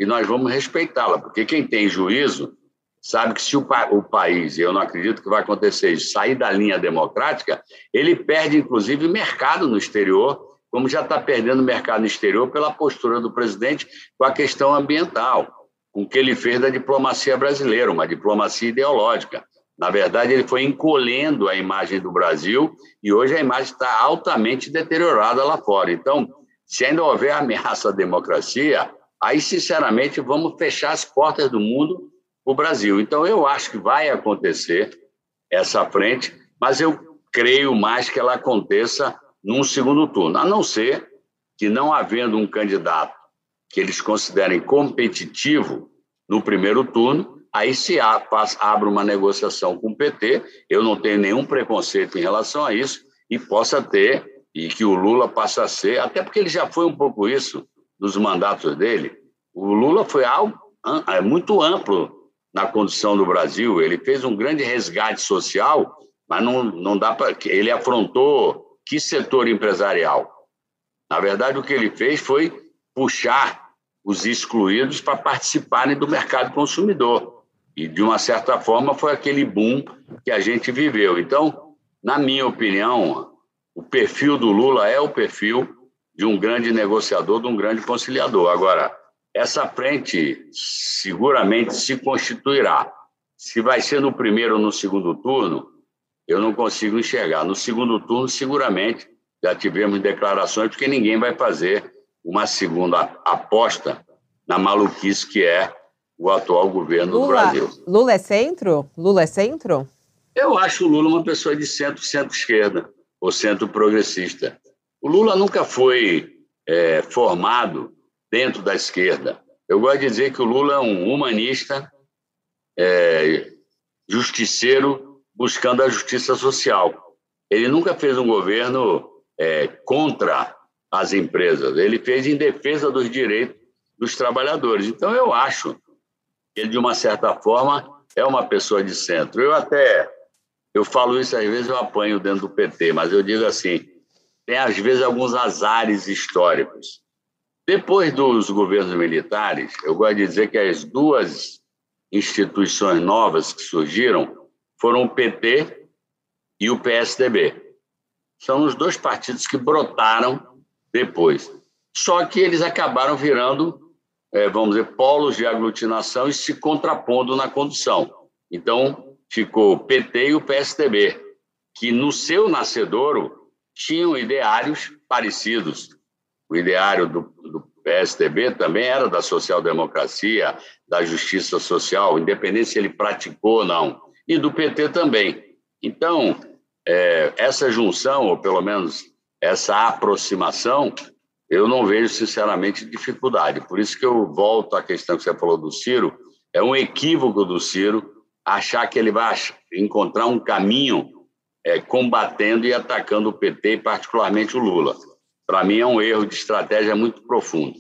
e nós vamos respeitá-la, porque quem tem juízo sabe que se o, pa- o país, e eu não acredito que vai acontecer isso, sair da linha democrática, ele perde, inclusive, mercado no exterior, como já está perdendo mercado no exterior pela postura do presidente com a questão ambiental, com o que ele fez da diplomacia brasileira, uma diplomacia ideológica. Na verdade, ele foi encolhendo a imagem do Brasil e hoje a imagem está altamente deteriorada lá fora. Então, se ainda houver ameaça à democracia, aí, sinceramente, vamos fechar as portas do mundo para o Brasil. Então, eu acho que vai acontecer essa frente, mas eu creio mais que ela aconteça num segundo turno, a não ser que, não havendo um candidato que eles considerem competitivo no primeiro turno, aí se abre uma negociação com o P T, eu não tenho nenhum preconceito em relação a isso, e possa ter, e que o Lula passe a ser, até porque ele já foi um pouco isso nos mandatos dele. O Lula foi algo muito amplo na condução do Brasil, ele fez um grande resgate social, mas não, não dá para... Ele afrontou que setor empresarial? Na verdade, o que ele fez foi puxar os excluídos para participarem do mercado consumidor. E, de uma certa forma, foi aquele boom que a gente viveu. Então, na minha opinião, o perfil do Lula é o perfil de um grande negociador, de um grande conciliador. Agora, essa frente seguramente se constituirá. Se vai ser no primeiro ou no segundo turno, eu não consigo enxergar. No segundo turno, seguramente, já tivemos declarações, porque ninguém vai fazer uma segunda aposta na maluquice que é o atual governo Lula, do Brasil. Lula é centro? Lula é centro? Eu acho o Lula uma pessoa de centro, centro-esquerda, ou centro-progressista. O Lula nunca foi é, formado dentro da esquerda. Eu gosto de dizer que o Lula é um humanista, é, justiceiro, buscando a justiça social. Ele nunca fez um governo é, contra as empresas, ele fez em defesa dos direitos dos trabalhadores. Então, eu acho que ele, de uma certa forma, é uma pessoa de centro. Eu até, eu falo isso, às vezes eu apanho dentro do P T, mas eu digo assim, tem às vezes alguns azares históricos. Depois dos governos militares, eu gosto de dizer que as duas instituições novas que surgiram foram o P T e o P S D B. São os dois partidos que brotaram depois. Só que eles acabaram virando, é, vamos dizer, polos de aglutinação e se contrapondo na condução. Então, ficou o P T e o P S D B, que no seu nascedouro tinham ideários parecidos. O ideário do, do P S D B também era da social-democracia, da justiça social, independente se ele praticou ou não. E do P T também. Então, é, essa junção, ou pelo menos essa aproximação, eu não vejo, sinceramente, dificuldade. Por isso que eu volto à questão que você falou do Ciro, é um equívoco do Ciro achar que ele vai encontrar um caminho é, combatendo e atacando o P T, e particularmente o Lula. Para mim, é um erro de estratégia muito profundo.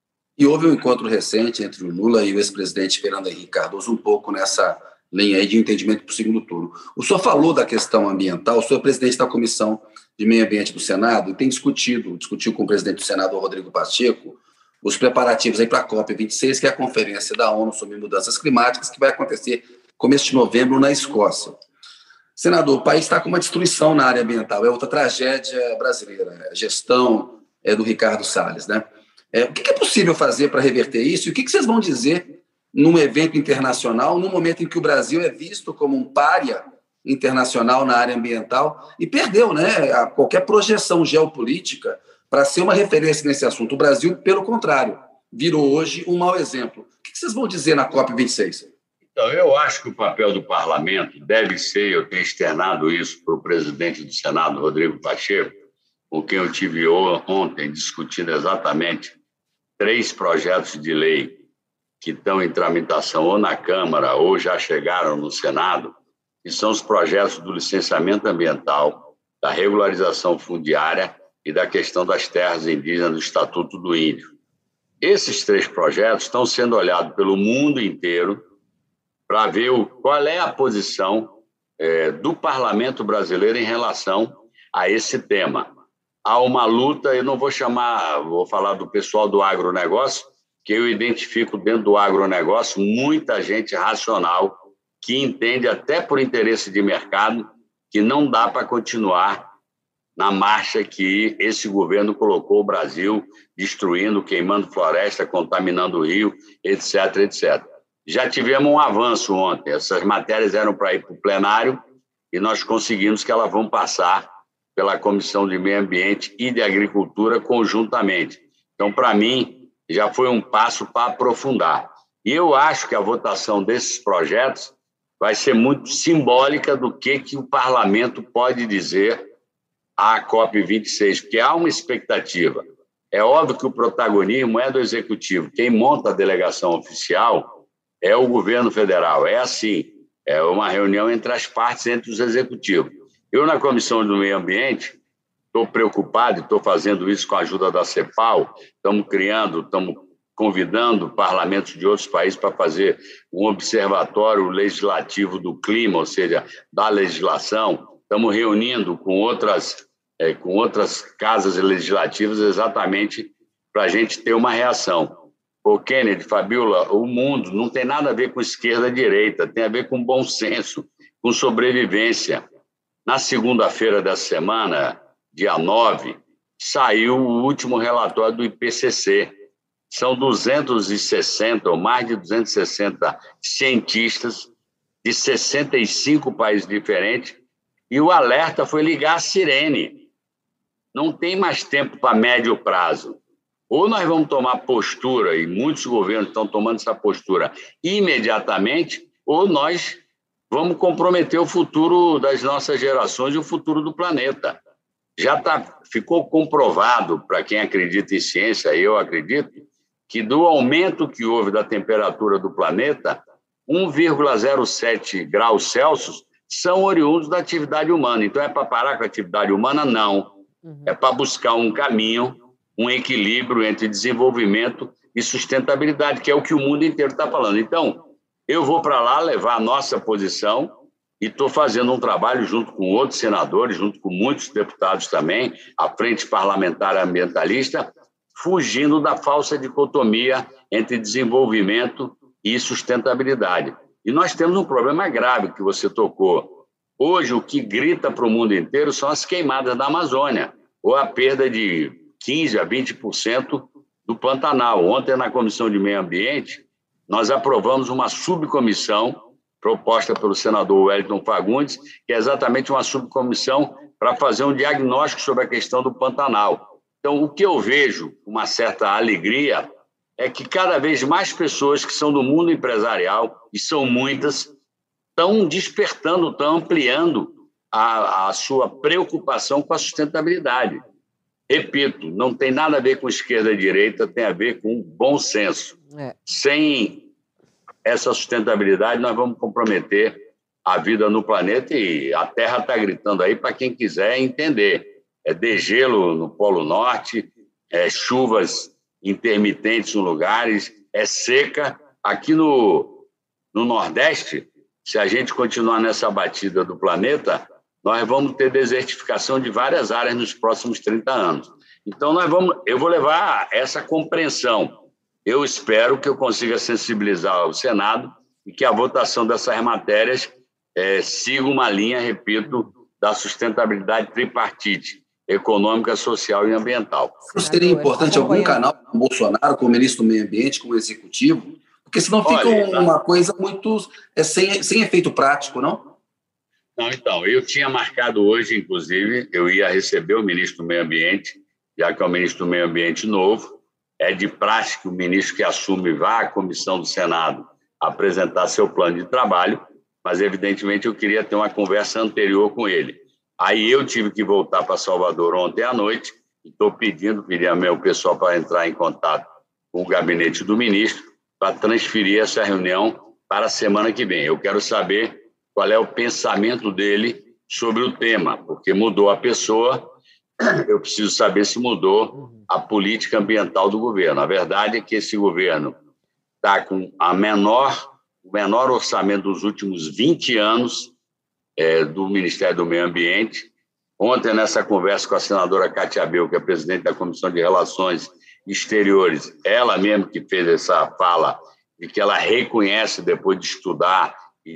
E houve um encontro recente entre o Lula e o ex-presidente Fernando Henrique Cardoso, um pouco nessa linha aí de entendimento para o segundo turno. O senhor falou da questão ambiental, o senhor é presidente da Comissão de Meio Ambiente do Senado e tem discutido, discutiu com o presidente do Senado, o Rodrigo Pacheco, os preparativos aí para a COP vinte e seis, que é a Conferência da ONU sobre Mudanças Climáticas, que vai acontecer começo de novembro na Escócia. Senador, o país está com uma destruição na área ambiental, é outra tragédia brasileira, a gestão é, do Ricardo Salles, né? É, o que é possível fazer para reverter isso? E o que vocês vão dizer num evento internacional, no momento em que o Brasil é visto como um pária internacional na área ambiental e perdeu, né, a qualquer projeção geopolítica para ser uma referência nesse assunto? O Brasil, pelo contrário, virou hoje um mau exemplo. O que vocês vão dizer na COP vinte e seis? Então, eu acho que o papel do parlamento deve ser, eu tenho externado isso para o presidente do Senado, Rodrigo Pacheco, com quem eu tive ontem discutindo exatamente três projetos de lei que estão em tramitação ou na Câmara ou já chegaram no Senado, que são os projetos do licenciamento ambiental, da regularização fundiária e da questão das terras indígenas do Estatuto do Índio. Esses três projetos estão sendo olhados pelo mundo inteiro para ver o, qual é a posição é, do parlamento brasileiro em relação a esse tema. Há uma luta, eu não vou chamar, vou falar do pessoal do agronegócio, que eu identifico dentro do agronegócio muita gente racional que entende, até por interesse de mercado, que não dá para continuar na marcha que esse governo colocou o Brasil, destruindo, queimando floresta, contaminando o rio, etc, etcétera. Já tivemos um avanço ontem. Essas matérias eram para ir para o plenário e nós conseguimos que elas vão passar pela Comissão de Meio Ambiente e de Agricultura conjuntamente. Então, para mim, já foi um passo para aprofundar. E eu acho que a votação desses projetos vai ser muito simbólica do que, que o parlamento pode dizer à COP vinte e seis, porque há uma expectativa. É óbvio que o protagonismo é do Executivo. Quem monta a delegação oficial é o governo federal. É assim, é uma reunião entre as partes, entre os executivos. Eu, na Comissão do Meio Ambiente, estou preocupado, estou fazendo isso com a ajuda da CEPAL, estamos criando, estamos convidando parlamentos de outros países para fazer um observatório legislativo do clima, ou seja, da legislação. Estamos reunindo com outras, é, com outras casas legislativas exatamente para a gente ter uma reação. O Kennedy, Fabiola, o mundo não tem nada a ver com esquerda e direita, tem a ver com bom senso, com sobrevivência. Na segunda-feira dessa semana, dia nove, saiu o último relatório do I P C C. São duzentos e sessenta, ou mais de duzentos e sessenta cientistas de sessenta e cinco países diferentes, e o alerta foi ligar a sirene. Não tem mais tempo para médio prazo. Ou nós vamos tomar postura, e muitos governos estão tomando essa postura imediatamente, ou nós vamos comprometer o futuro das nossas gerações e o futuro do planeta. Já tá, ficou comprovado, para quem acredita em ciência, eu acredito, que do aumento que houve da temperatura do planeta, um vírgula zero sete graus Celsius são oriundos da atividade humana. Então, é para parar com a atividade humana? Não. Uhum. É para buscar um caminho, um equilíbrio entre desenvolvimento e sustentabilidade, que é o que o mundo inteiro está falando. Então, eu vou para lá levar a nossa posição e estou fazendo um trabalho junto com outros senadores, junto com muitos deputados também, a Frente Parlamentar Ambientalista, fugindo da falsa dicotomia entre desenvolvimento e sustentabilidade. E nós temos um problema grave que você tocou. Hoje, o que grita para o mundo inteiro são as queimadas da Amazônia, ou a perda de quinze a vinte por cento do Pantanal. Ontem, na Comissão de Meio Ambiente, nós aprovamos uma subcomissão proposta pelo senador Wellington Fagundes, que é exatamente uma subcomissão para fazer um diagnóstico sobre a questão do Pantanal. Então, o que eu vejo com uma certa alegria é que cada vez mais pessoas que são do mundo empresarial, e são muitas, estão despertando, estão ampliando a, a sua preocupação com a sustentabilidade. Repito, não tem nada a ver com esquerda e direita, tem a ver com bom senso. É. Sem essa sustentabilidade, nós vamos comprometer a vida no planeta, e a Terra está gritando aí para quem quiser entender. É degelo no Polo Norte, é chuvas intermitentes em lugares, é seca. Aqui no, no Nordeste, se a gente continuar nessa batida do planeta, nós vamos ter desertificação de várias áreas nos próximos trinta anos. Então, nós vamos, eu vou levar essa compreensão. Eu espero que eu consiga sensibilizar o Senado e que a votação dessas matérias é, siga uma linha, repito, da sustentabilidade tripartite, econômica, social e ambiental. Seria importante algum canal com o Bolsonaro, com o ministro do Meio Ambiente, com o Executivo? Porque senão fica Olha, uma coisa muito é, sem, sem efeito prático, não? Não, então, eu tinha marcado hoje, inclusive, eu ia receber o ministro do Meio Ambiente, já que é o ministro do Meio Ambiente novo. É de prática que o ministro que assume vá à comissão do Senado apresentar seu plano de trabalho, mas, evidentemente, eu queria ter uma conversa anterior com ele. Aí eu tive que voltar para Salvador ontem à noite e estou pedindo, pedi ao meu pessoal para entrar em contato com o gabinete do ministro para transferir essa reunião para a semana que vem. Eu quero saber qual é o pensamento dele sobre o tema, porque mudou a pessoa, eu preciso saber se mudou a política ambiental do governo. A verdade é que esse governo está com a menor, o menor orçamento dos últimos vinte anos é, do Ministério do Meio Ambiente. Ontem, nessa conversa com a senadora Cátia Abreu, que é presidente da Comissão de Relações Exteriores, ela mesmo que fez essa fala de que ela reconhece, depois de estudar e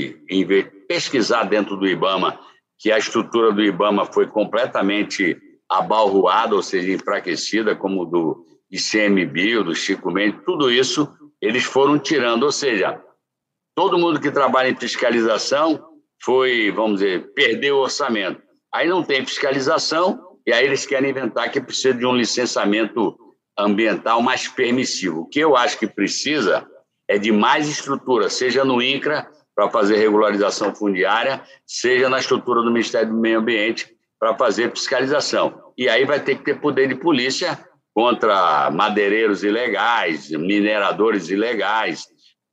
de pesquisar dentro do IBAMA, que a estrutura do IBAMA foi completamente abalroada, ou seja, enfraquecida, como do I C M B I, do Chico Mendes, tudo isso eles foram tirando, ou seja, todo mundo que trabalha em fiscalização foi, vamos dizer, perdeu o orçamento. Aí não tem fiscalização e aí eles querem inventar que precisa de um licenciamento ambiental mais permissivo. O que eu acho que precisa é de mais estrutura, seja no INCRA, para fazer regularização fundiária, seja na estrutura do Ministério do Meio Ambiente, para fazer fiscalização. E aí vai ter que ter poder de polícia contra madeireiros ilegais, mineradores ilegais,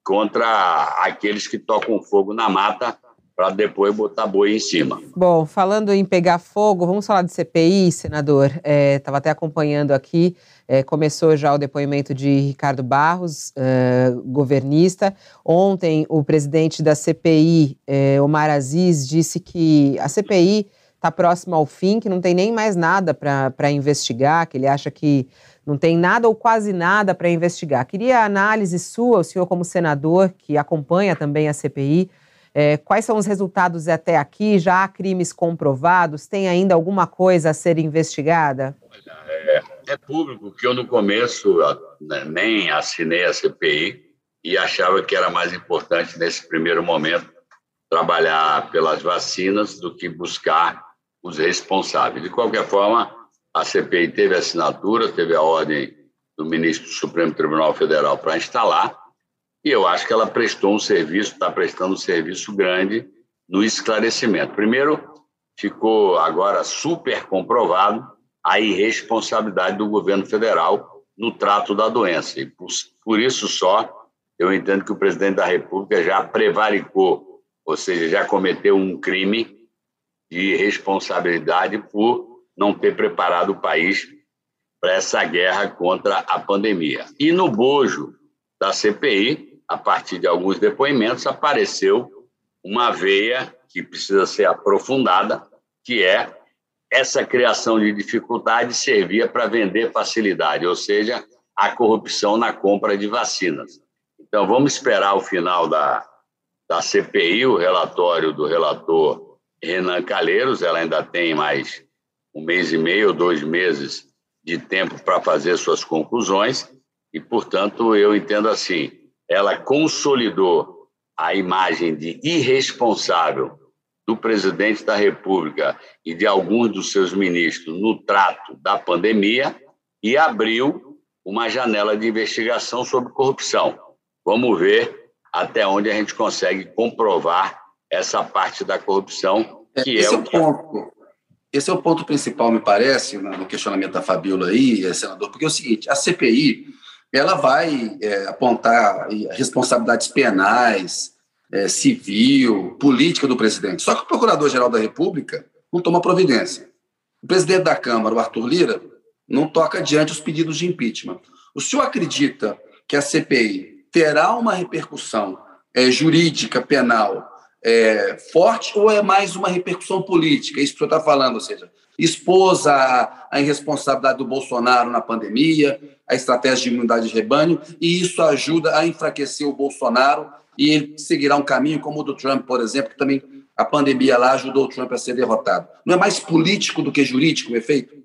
contra aqueles que tocam fogo na mata para depois botar boi em cima. Bom, falando em pegar fogo, vamos falar de C P I, senador. Estava é, até acompanhando aqui, é, começou já o depoimento de Ricardo Barros, é, governista. Ontem, o presidente da C P I, é, Omar Aziz, disse que a C P I está próxima ao fim, que não tem nem mais nada para investigar, que ele acha que não tem nada ou quase nada para investigar. Queria a análise sua, o senhor como senador, que acompanha também a C P I, É, quais são os resultados até aqui? Já há crimes comprovados? Tem ainda alguma coisa a ser investigada? Olha, é, é público que eu, no começo, né, nem assinei a C P I e achava que era mais importante, nesse primeiro momento, trabalhar pelas vacinas do que buscar os responsáveis. De qualquer forma, a C P I teve assinatura, teve a ordem do ministro do Supremo Tribunal Federal para instalar, e eu acho que ela prestou um serviço, está prestando um serviço grande no esclarecimento. Primeiro, ficou agora super comprovado a irresponsabilidade do governo federal no trato da doença. E por, por isso só, eu entendo que o presidente da República já prevaricou, ou seja, já cometeu um crime de irresponsabilidade por não ter preparado o país para essa guerra contra a pandemia. E no bojo da C P I, a partir de alguns depoimentos, apareceu uma veia que precisa ser aprofundada, que é essa criação de dificuldade servia para vender facilidade, ou seja, a corrupção na compra de vacinas. Então, vamos esperar o final da, da C P I, o relatório do relator Renan Calheiros. Ela ainda tem mais um mês e meio, dois meses de tempo para fazer suas conclusões e, portanto, eu entendo assim, ela consolidou a imagem de irresponsável do presidente da República e de alguns dos seus ministros no trato da pandemia e abriu uma janela de investigação sobre corrupção. Vamos ver até onde a gente consegue comprovar essa parte da corrupção, que Esse é é o o ponto. Esse é o ponto principal, me parece, no questionamento da Fabíola aí, senador, porque é o seguinte, a C P I ela vai é, apontar responsabilidades penais, é, civil, política do presidente. Só que o Procurador-Geral da República não toma providência. O presidente da Câmara, o Arthur Lira, não toca adiante os pedidos de impeachment. O senhor acredita que a C P I terá uma repercussão é, jurídica, penal, é, forte, ou é mais uma repercussão política? Isso que o senhor está falando, ou seja, expôs a, a irresponsabilidade do Bolsonaro na pandemia, a estratégia de imunidade de rebanho, e isso ajuda a enfraquecer o Bolsonaro e ele seguirá um caminho como o do Trump, por exemplo, que também a pandemia lá ajudou o Trump a ser derrotado. Não é mais político do que jurídico o efeito?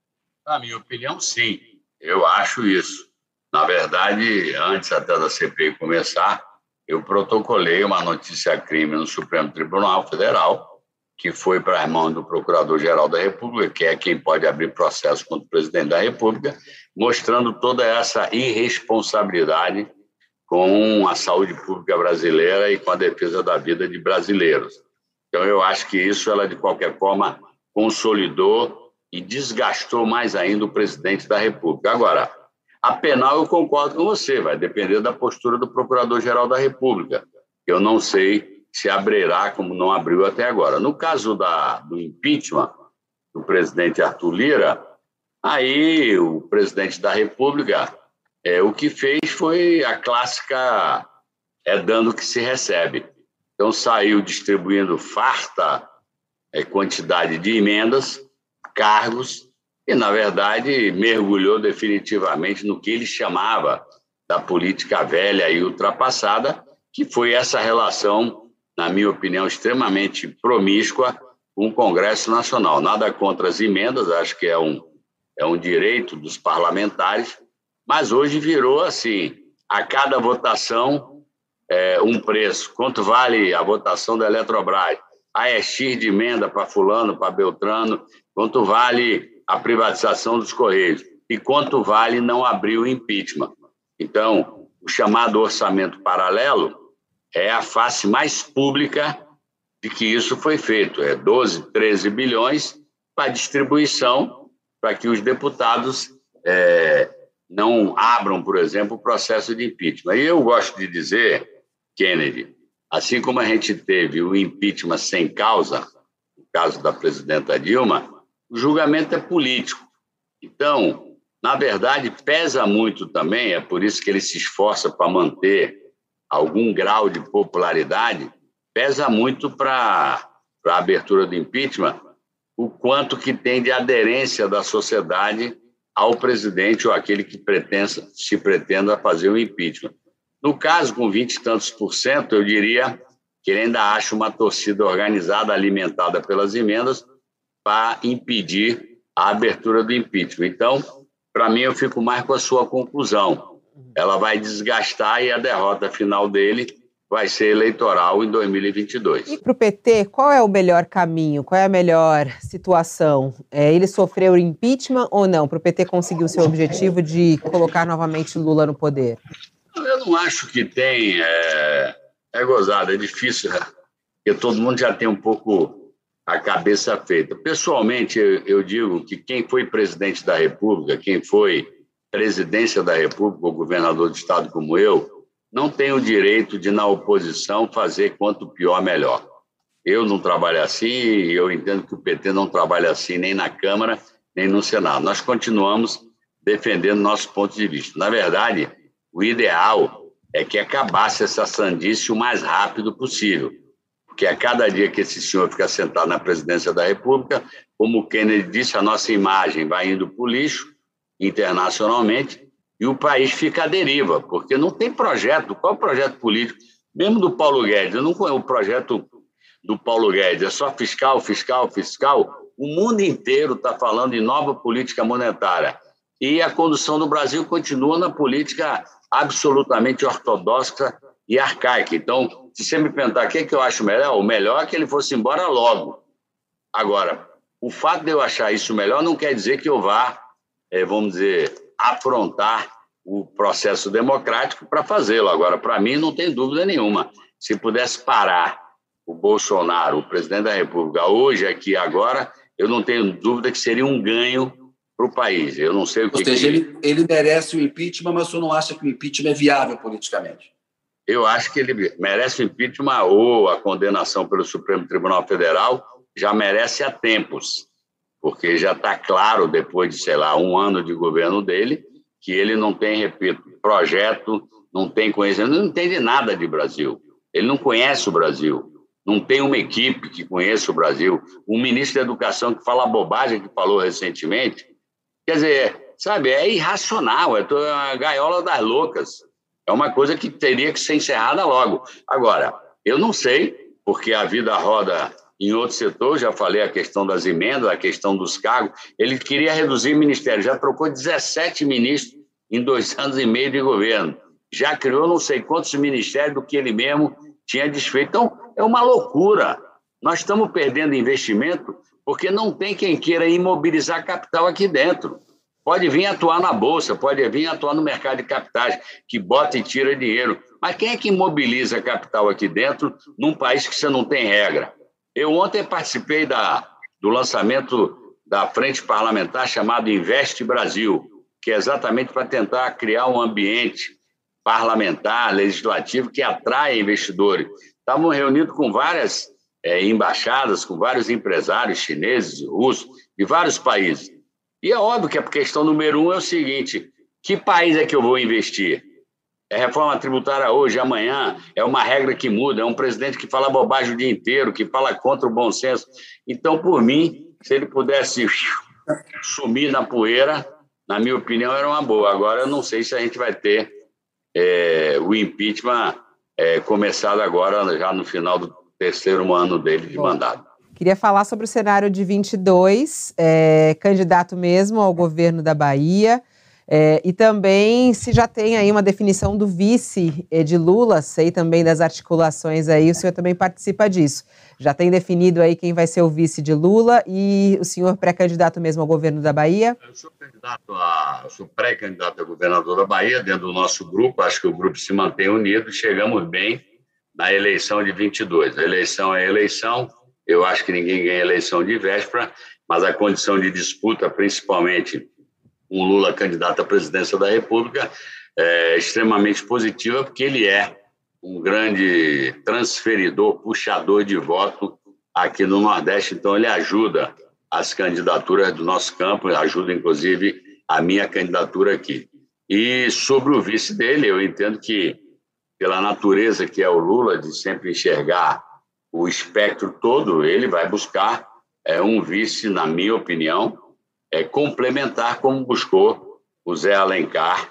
Na minha opinião, sim. Eu acho isso. Na verdade, antes até da C P I começar, eu protocolei uma notícia-crime no Supremo Tribunal Federal, que foi para as mãos do Procurador-Geral da República, que é quem pode abrir processo contra o presidente da República, mostrando toda essa irresponsabilidade com a saúde pública brasileira e com a defesa da vida de brasileiros. Então, eu acho que isso, ela, de qualquer forma, consolidou e desgastou mais ainda o presidente da República. Agora, a penal, eu concordo com você, vai depender da postura do Procurador-Geral da República. Eu não sei se abrirá como não abriu até agora. No caso da, do impeachment do presidente Arthur Lira, aí o presidente da República, é, o que fez foi a clássica é dando que se recebe. Então saiu distribuindo farta é, quantidade de emendas, cargos, e, na verdade, mergulhou definitivamente no que ele chamava da política velha e ultrapassada, que foi essa relação, na minha opinião, extremamente promíscua com o Congresso Nacional. Nada contra as emendas, acho que é um, é um direito dos parlamentares, mas hoje virou assim, a cada votação é, um preço. Quanto vale a votação da Eletrobras? Ah, é X de emenda para fulano, para Beltrano. Quanto vale a privatização dos Correios? E quanto vale não abrir o impeachment? Então, o chamado orçamento paralelo é a face mais pública de que isso foi feito. É doze, treze bilhões para distribuição, para que os deputados é, não abram, por exemplo, o processo de impeachment. E eu gosto de dizer, Kennedy, assim como a gente teve o impeachment sem causa, no caso da presidenta Dilma, o julgamento é político. Então, na verdade, pesa muito também, é por isso que ele se esforça para manter algum grau de popularidade, pesa muito para a abertura do impeachment o quanto que tem de aderência da sociedade ao presidente ou aquele que pretensa, se pretenda fazer o impeachment. No caso, com vinte e tantos por cento, eu diria que ele ainda acha uma torcida organizada, alimentada pelas emendas, para impedir a abertura do impeachment. Então, para mim, eu fico mais com a sua conclusão. Ela vai desgastar e a derrota final dele vai ser eleitoral em dois mil e vinte e dois. E para o P T, qual é o melhor caminho? Qual é a melhor situação? É, ele sofreu impeachment ou não? Para o P T conseguir o seu objetivo de colocar novamente Lula no poder? Eu não acho que tem... É, é gozado, é difícil, porque todo mundo já tem um pouco a cabeça feita. Pessoalmente, eu, eu digo que quem foi presidente da República, quem foi presidência da República, ou governador do estado como eu, não tem o direito de, na oposição, fazer quanto pior, melhor. Eu não trabalho assim e eu entendo que o P T não trabalha assim nem na Câmara, nem no Senado. Nós continuamos defendendo nosso ponto de vista. Na verdade, o ideal é que acabasse essa sandice o mais rápido possível, porque a cada dia que esse senhor fica sentado na presidência da República, como o Kennedy disse, a nossa imagem vai indo para o lixo internacionalmente, e o país fica à deriva, porque não tem projeto. Qual é o projeto político? Mesmo do Paulo Guedes, eu não conheço o projeto do Paulo Guedes, é só fiscal, fiscal, fiscal. O mundo inteiro está falando em nova política monetária. E a condução do Brasil continua na política absolutamente ortodoxa e arcaica. Então, se você me perguntar o que, é que eu acho melhor, o melhor é que ele fosse embora logo. Agora, o fato de eu achar isso melhor não quer dizer que eu vá, é, vamos dizer, afrontar o processo democrático para fazê-lo. Agora, para mim, não tem dúvida nenhuma. Se pudesse parar o Bolsonaro, o presidente da República, hoje, aqui, agora, eu não tenho dúvida que seria um ganho para o país. Eu não sei o que... Ou seja, que... Ele, ele merece o impeachment, mas você não acha que o impeachment é viável politicamente? Eu acho que ele merece o impeachment ou a condenação pelo Supremo Tribunal Federal, já merece há tempos, porque já está claro, depois de, sei lá, um ano de governo dele, que ele não tem, repito, projeto, não tem conhecimento, não entende nada de Brasil. Ele não conhece o Brasil, não tem uma equipe que conheça o Brasil. Um ministro da Educação que fala a bobagem que falou recentemente, quer dizer, sabe, é irracional, é a gaiola das loucas. É uma coisa que teria que ser encerrada logo. Agora, eu não sei, porque a vida roda em outro setor, já falei a questão das emendas, a questão dos cargos. Ele queria reduzir o ministério, já trocou dezessete ministros em dois anos e meio de governo. Já criou não sei quantos ministérios do que ele mesmo tinha desfeito. Então, é uma loucura. Nós estamos perdendo investimento porque não tem quem queira imobilizar capital aqui dentro. Pode vir atuar na Bolsa, pode vir atuar no mercado de capitais, que bota e tira dinheiro. Mas quem é que imobiliza capital aqui dentro num país que você não tem regra? Eu ontem participei da, do lançamento da frente parlamentar chamada Investe Brasil, que é exatamente para tentar criar um ambiente parlamentar, legislativo, que atrai investidores. Estavam reunidos com várias é, embaixadas, com vários empresários chineses, russos, de vários países. E é óbvio que a questão número um é o seguinte: que país é que eu vou investir? É reforma tributária hoje, amanhã, é uma regra que muda, é um presidente que fala bobagem o dia inteiro, que fala contra o bom senso. Então, por mim, se ele pudesse sumir na poeira, na minha opinião, era uma boa. Agora, eu não sei se a gente vai ter é, o impeachment é, começado agora, já no final do terceiro ano dele de Bom, mandato. Queria falar sobre o cenário de vinte e dois, é, candidato mesmo ao governo da Bahia, é, e também se já tem aí uma definição do vice de Lula, sei também das articulações aí, o senhor também participa disso. Já tem definido aí quem vai ser o vice de Lula e o senhor pré-candidato mesmo ao governo da Bahia? Eu sou candidato a, eu sou pré-candidato a governador da Bahia, dentro do nosso grupo, acho que o grupo se mantém unido, chegamos bem na eleição de vinte e dois. A eleição é eleição, eu acho que ninguém ganha eleição de véspera, mas a condição de disputa, principalmente um Lula candidato à presidência da República, é extremamente positiva, porque ele é um grande transferidor, puxador de voto aqui no Nordeste, então ele ajuda as candidaturas do nosso campo, ajuda inclusive a minha candidatura aqui. E sobre o vice dele, eu entendo que, pela natureza que é o Lula, de sempre enxergar o espectro todo, ele vai buscar é, um vice, na minha opinião, é, complementar como buscou o Zé Alencar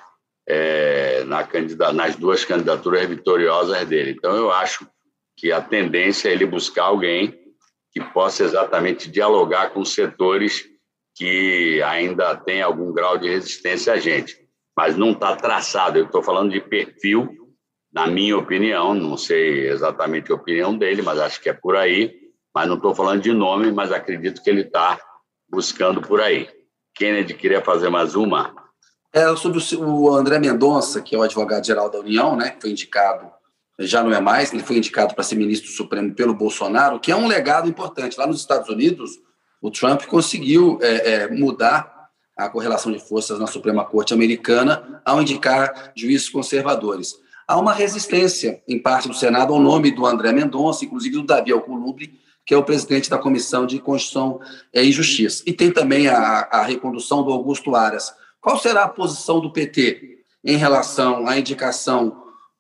é, na candidata, nas duas candidaturas vitoriosas dele. Então, eu acho que a tendência é ele buscar alguém que possa exatamente dialogar com setores que ainda têm algum grau de resistência a gente. Mas não está traçado, eu estou falando de perfil, na minha opinião, não sei exatamente a opinião dele, mas acho que é por aí, mas não estou falando de nome, mas acredito que ele está buscando por aí. Kennedy queria fazer mais uma. É sobre o André Mendonça, que é o advogado-geral da União, né, que foi indicado, já não é mais, ele foi indicado para ser ministro supremo pelo Bolsonaro, que é um legado importante. Lá nos Estados Unidos, o Trump conseguiu é, é, mudar a correlação de forças na Suprema Corte Americana ao indicar juízes conservadores. Há uma resistência, em parte do Senado, ao nome do André Mendonça, inclusive do Davi Alcolumbre, que é o presidente da Comissão de Constituição e Justiça. E tem também a, a recondução do Augusto Aras. Qual será a posição do P T em relação à indicação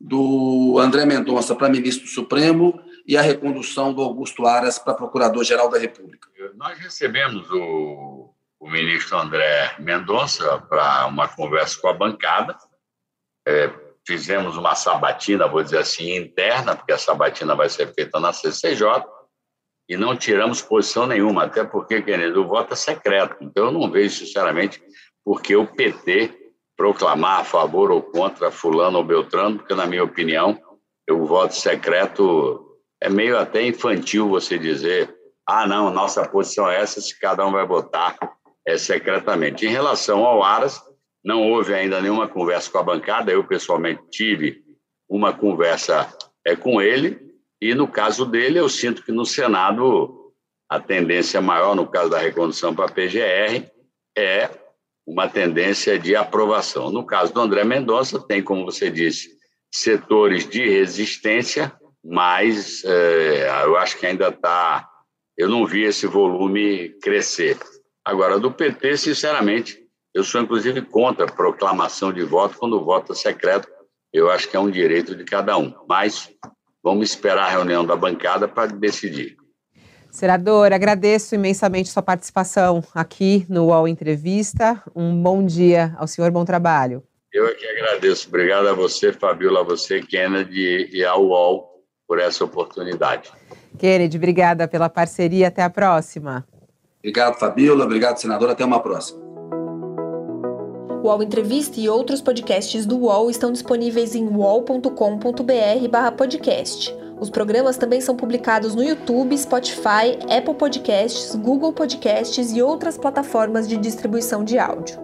do André Mendonça para ministro supremo e a recondução do Augusto Aras para procurador-geral da República? Nós recebemos o, o ministro André Mendonça para uma conversa com a bancada. É, fizemos uma sabatina, vou dizer assim, interna, porque a sabatina vai ser feita na C C J, e não tiramos posição nenhuma, até porque, querido, o voto é secreto. Então, eu não vejo, sinceramente, porque o P T proclamar a favor ou contra fulano ou beltrano, porque, na minha opinião, o voto secreto é meio até infantil você dizer, ah, não, nossa posição é essa, se cada um vai votar é, secretamente. Em relação ao Aras, não houve ainda nenhuma conversa com a bancada, eu, pessoalmente, tive uma conversa é, com ele, e, no caso dele, eu sinto que no Senado a tendência maior, no caso da recondução para a P G R, é uma tendência de aprovação. No caso do André Mendonça, tem, como você disse, setores de resistência, mas é, eu acho que ainda está... Eu não vi esse volume crescer. Agora, do P T, sinceramente, eu sou, inclusive, contra a proclamação de voto quando o voto é secreto. Eu acho que é um direito de cada um. Mas vamos esperar a reunião da bancada para decidir. Senador, agradeço imensamente sua participação aqui no U O L Entrevista. Um bom dia ao senhor, bom trabalho. Eu é que agradeço. Obrigado a você, Fabiola, a você, Kennedy, e ao U O L por essa oportunidade. Kennedy, obrigada pela parceria. Até a próxima. Obrigado, Fabiola. Obrigado, senador. Até uma próxima. O U O L Entrevista e outros podcasts do U O L estão disponíveis em uol ponto com ponto br barra podcast. Os programas também são publicados no YouTube, Spotify, Apple Podcasts, Google Podcasts e outras plataformas de distribuição de áudio.